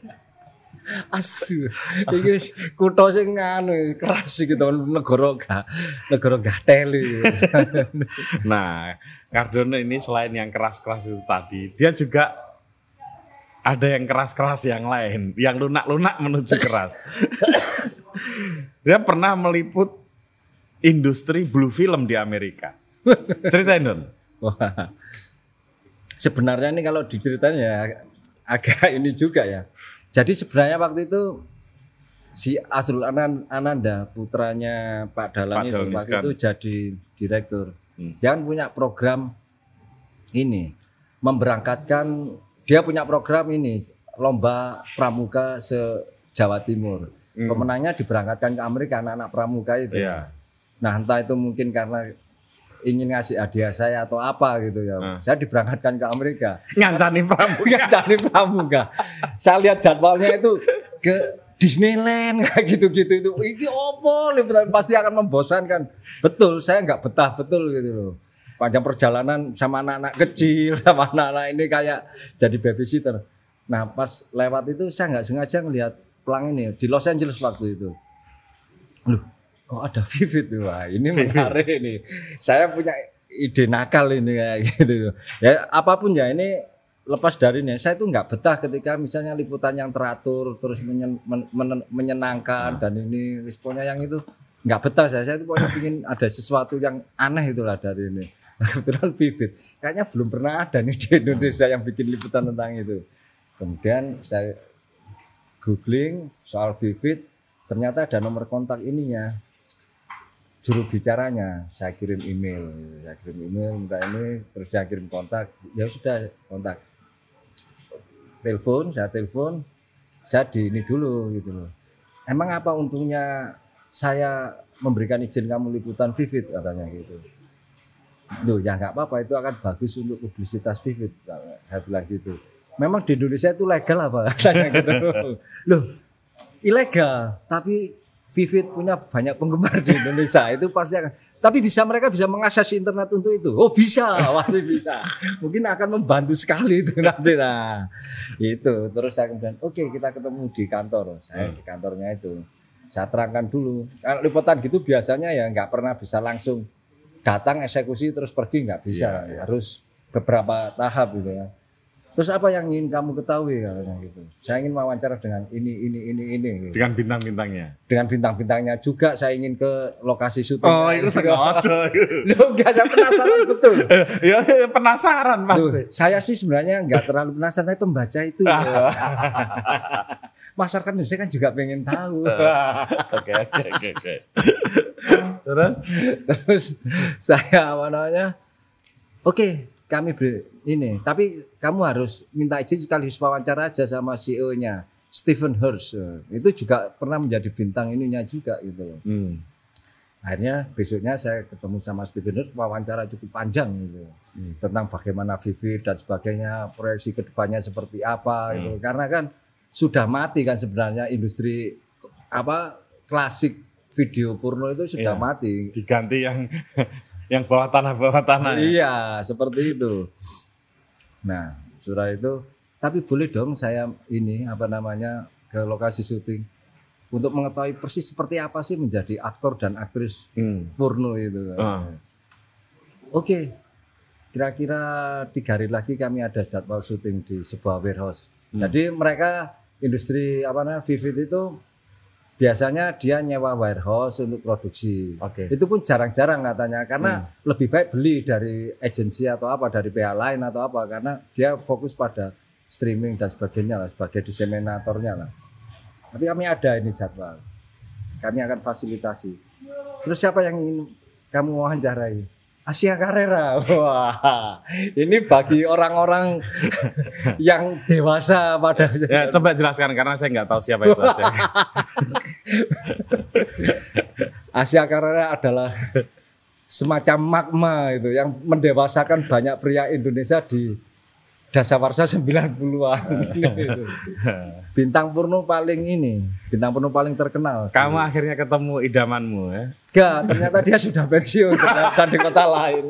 Asu. Iki wis kutha sing anu keras iki to negara ga negara gatel iki. Nah, Cardone ini selain yang keras-keras itu tadi, dia juga ada yang keras-keras yang lain, yang lunak-lunak menuju keras. Dia pernah meliput industri blue film di Amerika. Ceritain Don. Wah. Sebenarnya ini kalau diceritain ya agak ini juga ya. Jadi sebenarnya waktu itu si Azrul Ananda putranya Pak Dahlan itu waktu itu jadi direktur. Hmm. Dia kan punya program ini memberangkatkan. Dia punya program ini lomba pramuka se Jawa Timur. Hmm. Pemenangnya diberangkatkan ke Amerika anak-anak pramuka itu. Yeah. Nah entah itu mungkin karena ingin ngasih hadiah saya atau apa gitu ya. Hmm. Saya diberangkatkan ke Amerika. Ngancani pramuka. Ngancani pramuka. Saya lihat jadwalnya itu ke Disneyland kayak gitu-gitu itu. Ini opo pasti akan membosankan. Betul, saya nggak betah betul gitu loh. Panjang perjalanan sama anak-anak kecil, sama anak-anak ini kayak jadi babysitter. Nah pas lewat itu saya nggak sengaja ngelihat pelang ini di Los Angeles waktu itu. Loh kok ada Vivid? Wah ini menarik ini. Saya punya ide nakal ini kayak gitu. Ya apapun ya ini lepas dari ini. Saya itu nggak betah ketika misalnya liputan yang teratur terus menyen, men, men, menyenangkan. Nah. Dan ini responnya yang itu nggak betah saya. Saya itu pokoknya ingin ada sesuatu yang aneh itulah dari ini. Nah, kebetulan Vivid, kayaknya belum pernah ada nih di Indonesia yang bikin liputan tentang itu. Kemudian saya googling soal Vivid, ternyata ada nomor kontak ininya, juru bicaranya. Saya kirim email, saya kirim email minta ini, terus saya kirim kontak. Ya sudah kontak, telepon, saya telepon, saya di ini dulu gitu loh. Emang apa untungnya saya memberikan izin kamu liputan Vivid katanya gitu. Loh ya nggak apa-apa itu akan bagus untuk publisitas Vivid, saya bilang gitu. Memang di Indonesia itu legal apa katanya gitu. Loh ilegal tapi Vivid punya banyak penggemar di Indonesia itu pasti akan. Tapi bisa mereka bisa mengakses internet untuk itu. Oh bisa, pasti bisa. Mungkin akan membantu sekali itu nanti nah. Itu terus saya kemudian oke okay, kita ketemu di kantor. Saya di kantornya itu. Saya terangkan dulu. Kalau liputan gitu biasanya ya nggak pernah bisa langsung datang eksekusi terus pergi nggak bisa, ya, ya. Harus beberapa tahap gitu ya. Terus apa yang ingin kamu ketahui katanya gitu. Saya ingin wawancara dengan ini ini ini ini. Gitu. Dengan bintang-bintangnya. Dengan bintang-bintangnya juga saya ingin ke lokasi syuting. Oh itu sengaja. Loh enggak saya penasaran betul. Ya penasaran pasti. Loh, saya sih sebenarnya nggak terlalu penasaran tapi pembaca itu. Masyarakat Indonesia kan juga pengen tahu. Oke oke oke oke. Terus terus saya apa namanya? Oke, okay, kami beri ini, tapi kamu harus minta izin sekali wawancara aja sama C E O-nya, Stephen Hirsch. Itu juga pernah menjadi bintang ininya juga gitu. Hmm. Akhirnya besoknya saya ketemu sama Stephen Hirsch, wawancara cukup panjang gitu. Hmm. Tentang bagaimana Vivid dan sebagainya, proyeksi kedepannya seperti apa gitu. Hmm. Karena kan sudah mati kan sebenarnya industri apa klasik video porno itu sudah iya, mati. Diganti yang yang bawah tanah bawah tanah. Ya? Iya, seperti itu. Nah, setelah itu, tapi boleh dong saya ini apa namanya ke lokasi syuting untuk mengetahui persis seperti apa sih menjadi aktor dan aktris hmm. porno itu. Uh. Oke, kira-kira tiga hari lagi kami ada jadwal syuting di sebuah warehouse. Hmm. Jadi mereka industri apa namanya Vivid itu biasanya dia nyewa warehouse untuk produksi. Okay. Itu pun jarang-jarang katanya karena hmm. lebih baik beli dari agensi atau apa dari pihak lain atau apa karena dia fokus pada streaming dan sebagainya lah sebagai diseminatornya lah. Tapi kami ada ini jadwal. Kami akan fasilitasi. Terus siapa yang ingin kamu wawancarai? Asia Carrera. Wah, ini bagi orang-orang yang dewasa pada. Ya, coba jelaskan karena saya nggak tahu siapa itu Asia. Asia Carrera adalah semacam magma itu yang mendewasakan banyak pria Indonesia di dasawarsa sembilan puluhan. Bintang porno paling ini, bintang porno paling terkenal. Kamu akhirnya ketemu idamanmu ya? Enggak, ternyata dia sudah pensiun dan di kota lain.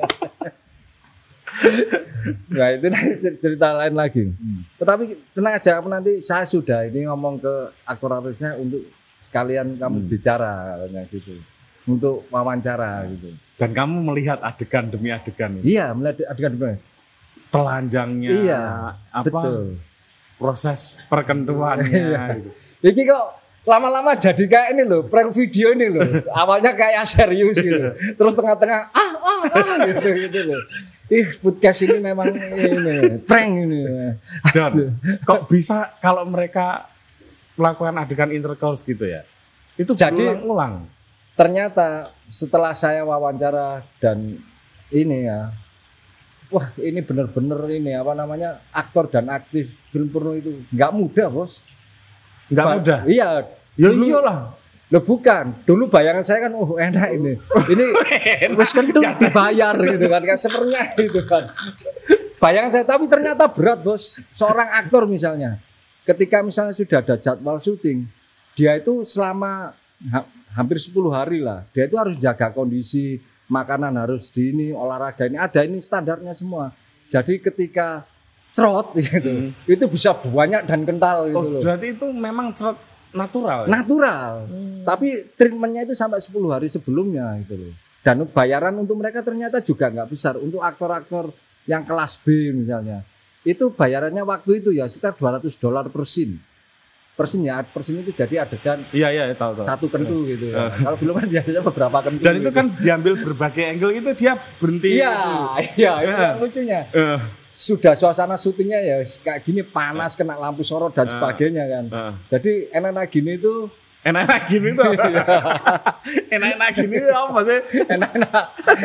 Nah itu nanti cerita lain lagi. Hmm. Tetapi tenang aja, aku nanti saya sudah ini ngomong ke aktor-aktornya untuk sekalian kamu hmm. bicara katanya gitu, untuk wawancara gitu. Dan kamu melihat adegan demi adegan itu? Iya, melihat adegan demi telanjangnya, iya, apa betul. Proses perkentuannya. Gitu. Ini kok lama-lama jadi kayak ini loh, prank video ini loh. Awalnya kayak serius gitu, terus tengah-tengah ah ah ah gitu gitu loh. Ih, podcast ini memang ini prank ini. Dan kok bisa kalau mereka melakukan adegan intercourse gitu ya? Itu jadi ulang-ulang. Ternyata setelah saya wawancara dan ini ya, wah ini benar-benar ini apa namanya aktor dan aktif film porno itu nggak mudah bos. Nggak mudah? Iya. Ya iyalah. Loh bukan, dulu bayangan saya kan oh enak ini. Ini wis kentu dibayar gitu kan, kan sepernya gitu kan. Bayangan saya, tapi ternyata berat bos. Seorang aktor misalnya, ketika misalnya sudah ada jadwal syuting, dia itu selama ha- hampir sepuluh hari lah, dia itu harus jaga kondisi, makanan harus di ini, olahraga ini, ada ini standarnya semua. Jadi ketika cerot gitu, hmm. itu bisa banyak dan kental gitu oh, loh. Berarti itu memang cerot natural ya? Natural, hmm. tapi treatmentnya itu sampai sepuluh hari sebelumnya gitu loh. Dan bayaran untuk mereka ternyata juga nggak besar. Untuk aktor-aktor yang kelas B misalnya, itu bayarannya waktu itu ya sekitar dua ratus dolar per scene. Per scene ya, per scene itu jadi adegan iya, iya, tahu, tahu. satu kentu gitu ya. Kalau film kan biasanya beberapa kentu. Dan itu gitu. kan diambil berbagai angle itu dia berhenti. Iya, iya, itu yang lucunya. Uh. Sudah suasana syutingnya ya kayak gini panas uh. kena lampu sorot dan uh. sebagainya kan. Uh. Jadi enak-enak gini itu enak-enak gini tuh enak-enak gini itu apa sih? Enak-enak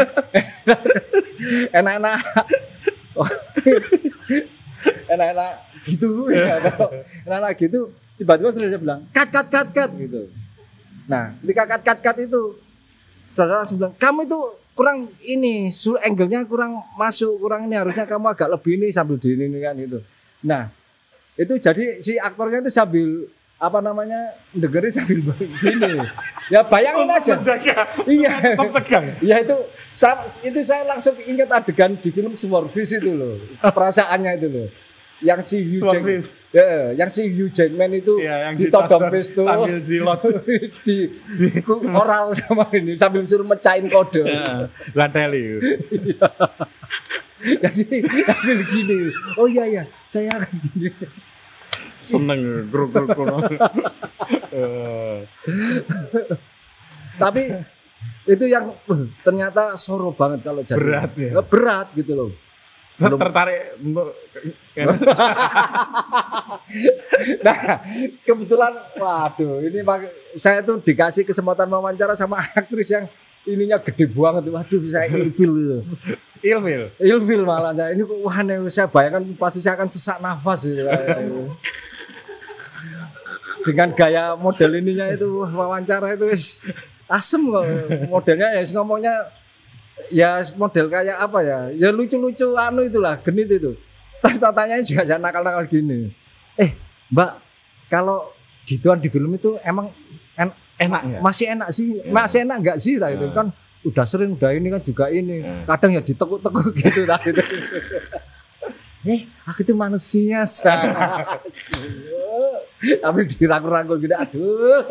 enak-enak enak-enak gitu ya. Enak-enak gitu tiba-tiba sudah dia bilang cut cut cut cut gitu. Nah ketika cut cut cut itu saudara langsung bilang kamu itu kurang ini, angle-nya kurang masuk, kurang ini, harusnya kamu agak lebih ini sambil di ini kan gitu. Nah, itu jadi si aktornya itu sambil apa namanya dengerin sambil begini. Ya bayangin aja. Menjaga, iya. Tegang. Ya itu saya, itu saya langsung ingat adegan di film Swordfish itu loh. Perasaannya itu loh. Yang si Hugh Jackman, ya, yang si Hugh Jackman itu ya, ditodong pes tuh sambil di di, di oral sama ini sambil suruh mecahin kode. Ya, lateli. Jadi sambil gini. Oh iya iya, saya akan gini. Seneng gruk-gruk kono. Tapi itu yang uh, ternyata soro banget kalau jadi. Berat ya. Berat gitu loh. Belum tertarik untuk nah kebetulan waduh ini saya tuh dikasih kesempatan wawancara sama aktris yang ininya gede banget, waduh saya ilfil gitu. Ilfil? Ilfil malah ini wah saya bayangkan pasti saya akan sesak nafas gitu. Dengan gaya model ininya itu wawancara itu asem kok modelnya ya ngomongnya ya model kayak apa ya, ya lucu-lucu anu itulah, genit itu. Terus tatanya juga jangan nakal-nakal gini. Eh, Mbak, kalau gituan di film itu emang en- enak ya? Masih enak sih, ya. Masih enak enggak sih? Nah, itu kan udah sering, udah ini kan juga ini. Ya. Kadang ya ditekuk-tekuk gitu lah gitu. Eh, aku itu manusia sah. Tapi dirangkul-rangkul gitu, aduh.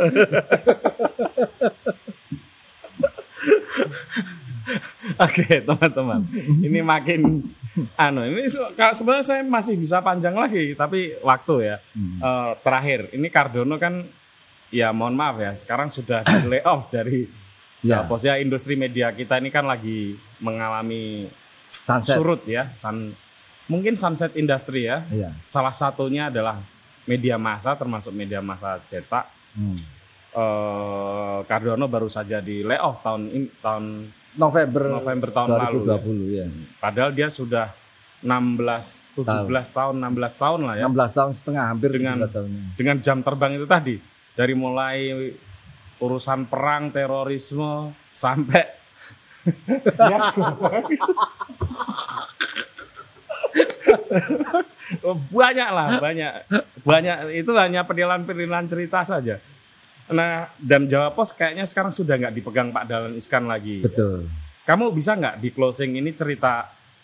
Oke teman-teman, ini makin anu ini kalau sebenarnya saya masih bisa panjang lagi tapi waktu ya. Hmm. Uh, terakhir ini Cardono kan ya mohon maaf ya sekarang sudah di layoff dari ya. Posnya industri media kita ini kan lagi mengalami sunset. Surut ya, sun, mungkin sunset industry ya. Ya. Salah satunya adalah media massa termasuk media massa cetak. Hmm. Uh, Cardono baru saja di layoff tahun ini tahun November November tahun dua ribu dua puluh lalu ya. ya. Padahal dia sudah enam belas, tujuh belas tahun, enam belas tahun lah ya. enam belas tahun setengah hampir dengan dengan jam terbang itu tadi. Dari mulai urusan perang, terorisme sampai Oh, banyak lah, banyak. Banyak, itu hanya penilan-penilan cerita saja. Nah, dan Jawa Pos kayaknya sekarang sudah nggak dipegang Pak Dahlan Iskan lagi. Betul. Kamu bisa nggak di closing ini cerita,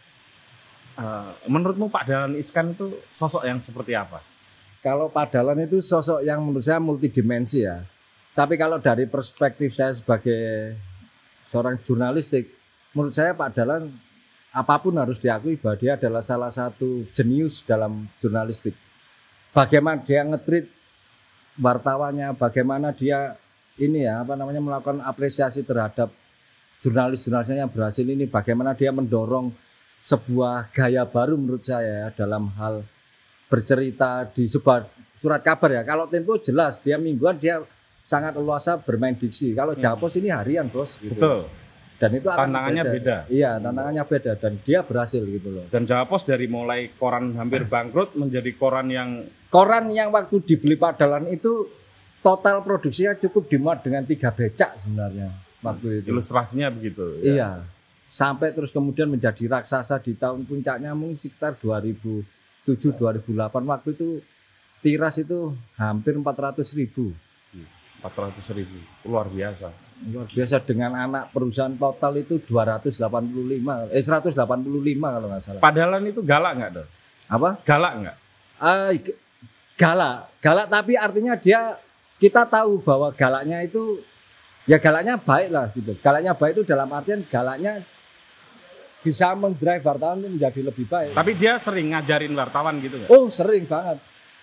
uh, menurutmu Pak Dahlan Iskan itu sosok yang seperti apa? Kalau Pak Dahlan itu sosok yang menurut saya multidimensi ya. Tapi kalau dari perspektif saya sebagai seorang jurnalistik, menurut saya Pak Dahlan apapun harus diakui bahwa dia adalah salah satu jenius dalam jurnalistik. Bagaimana dia nge-treat wartawannya, bagaimana dia ini ya apa namanya melakukan apresiasi terhadap jurnalis-jurnalisnya yang berhasil ini, bagaimana dia mendorong sebuah gaya baru menurut saya ya, dalam hal bercerita di sebuah surat kabar ya. Kalau Tempo jelas dia mingguan, dia sangat leluasa bermain diksi. Kalau Jawa Pos ini harian bos. Gitu. Betul. Dan itu tantangannya beda. beda. Iya, tantangannya beda dan dia berhasil gitu loh. Dan Jawa Pos dari mulai koran hampir bangkrut menjadi koran yang koran yang waktu dibeli Pak Dahlan itu total produksinya cukup dimuat dengan tiga becak sebenarnya waktu itu. Ilustrasinya begitu. Ya? Iya. Sampai terus kemudian menjadi raksasa di tahun puncaknya mungkin sekitar dua ribu tujuh dua ribu delapan waktu itu tiras itu hampir empat ratus ribu. empat ratus ribu. Luar biasa. Luar biasa dengan anak perusahaan total itu dua ratus delapan puluh lima eh seratus delapan puluh lima kalau nggak salah. Pak Dahlan itu galak nggak dong? Apa? Galak nggak? Uh, galak, galak tapi artinya dia kita tahu bahwa galaknya itu ya galaknya baik lah gitu. Galaknya baik itu dalam artian galaknya bisa mendrive wartawan itu menjadi lebih baik. Tapi dia sering ngajarin wartawan gitu nggak? Oh sering banget.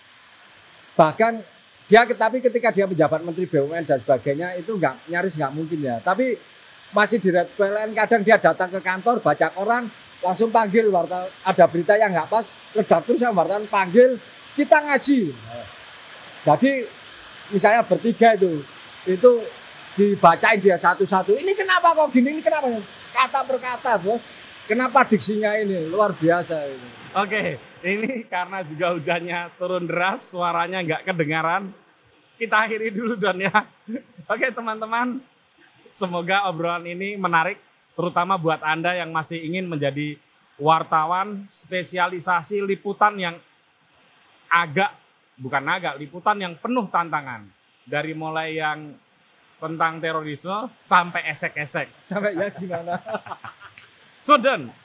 Bahkan dia tapi ketika dia menjabat Menteri B U M N dan sebagainya itu nggak nyaris nggak mungkin ya. Tapi masih di Red P L N kadang dia datang ke kantor baca koran langsung panggil wartawan, ada berita yang nggak pas, redaktur sama wartawan panggil kita ngaji. Jadi misalnya bertiga itu itu dibacain dia satu-satu. Ini kenapa kok gini? Ini kenapa? Kata per kata bos. Kenapa diksinya ini luar biasa ini. Oke, ini karena juga hujannya turun deras, suaranya nggak kedengaran. Kita akhiri dulu Don ya. Oke teman-teman, semoga obrolan ini menarik, terutama buat Anda yang masih ingin menjadi wartawan spesialisasi liputan yang agak, bukan agak, liputan yang penuh tantangan. Dari mulai yang tentang terorisme sampai esek-esek. Sampai ya gimana? So Don,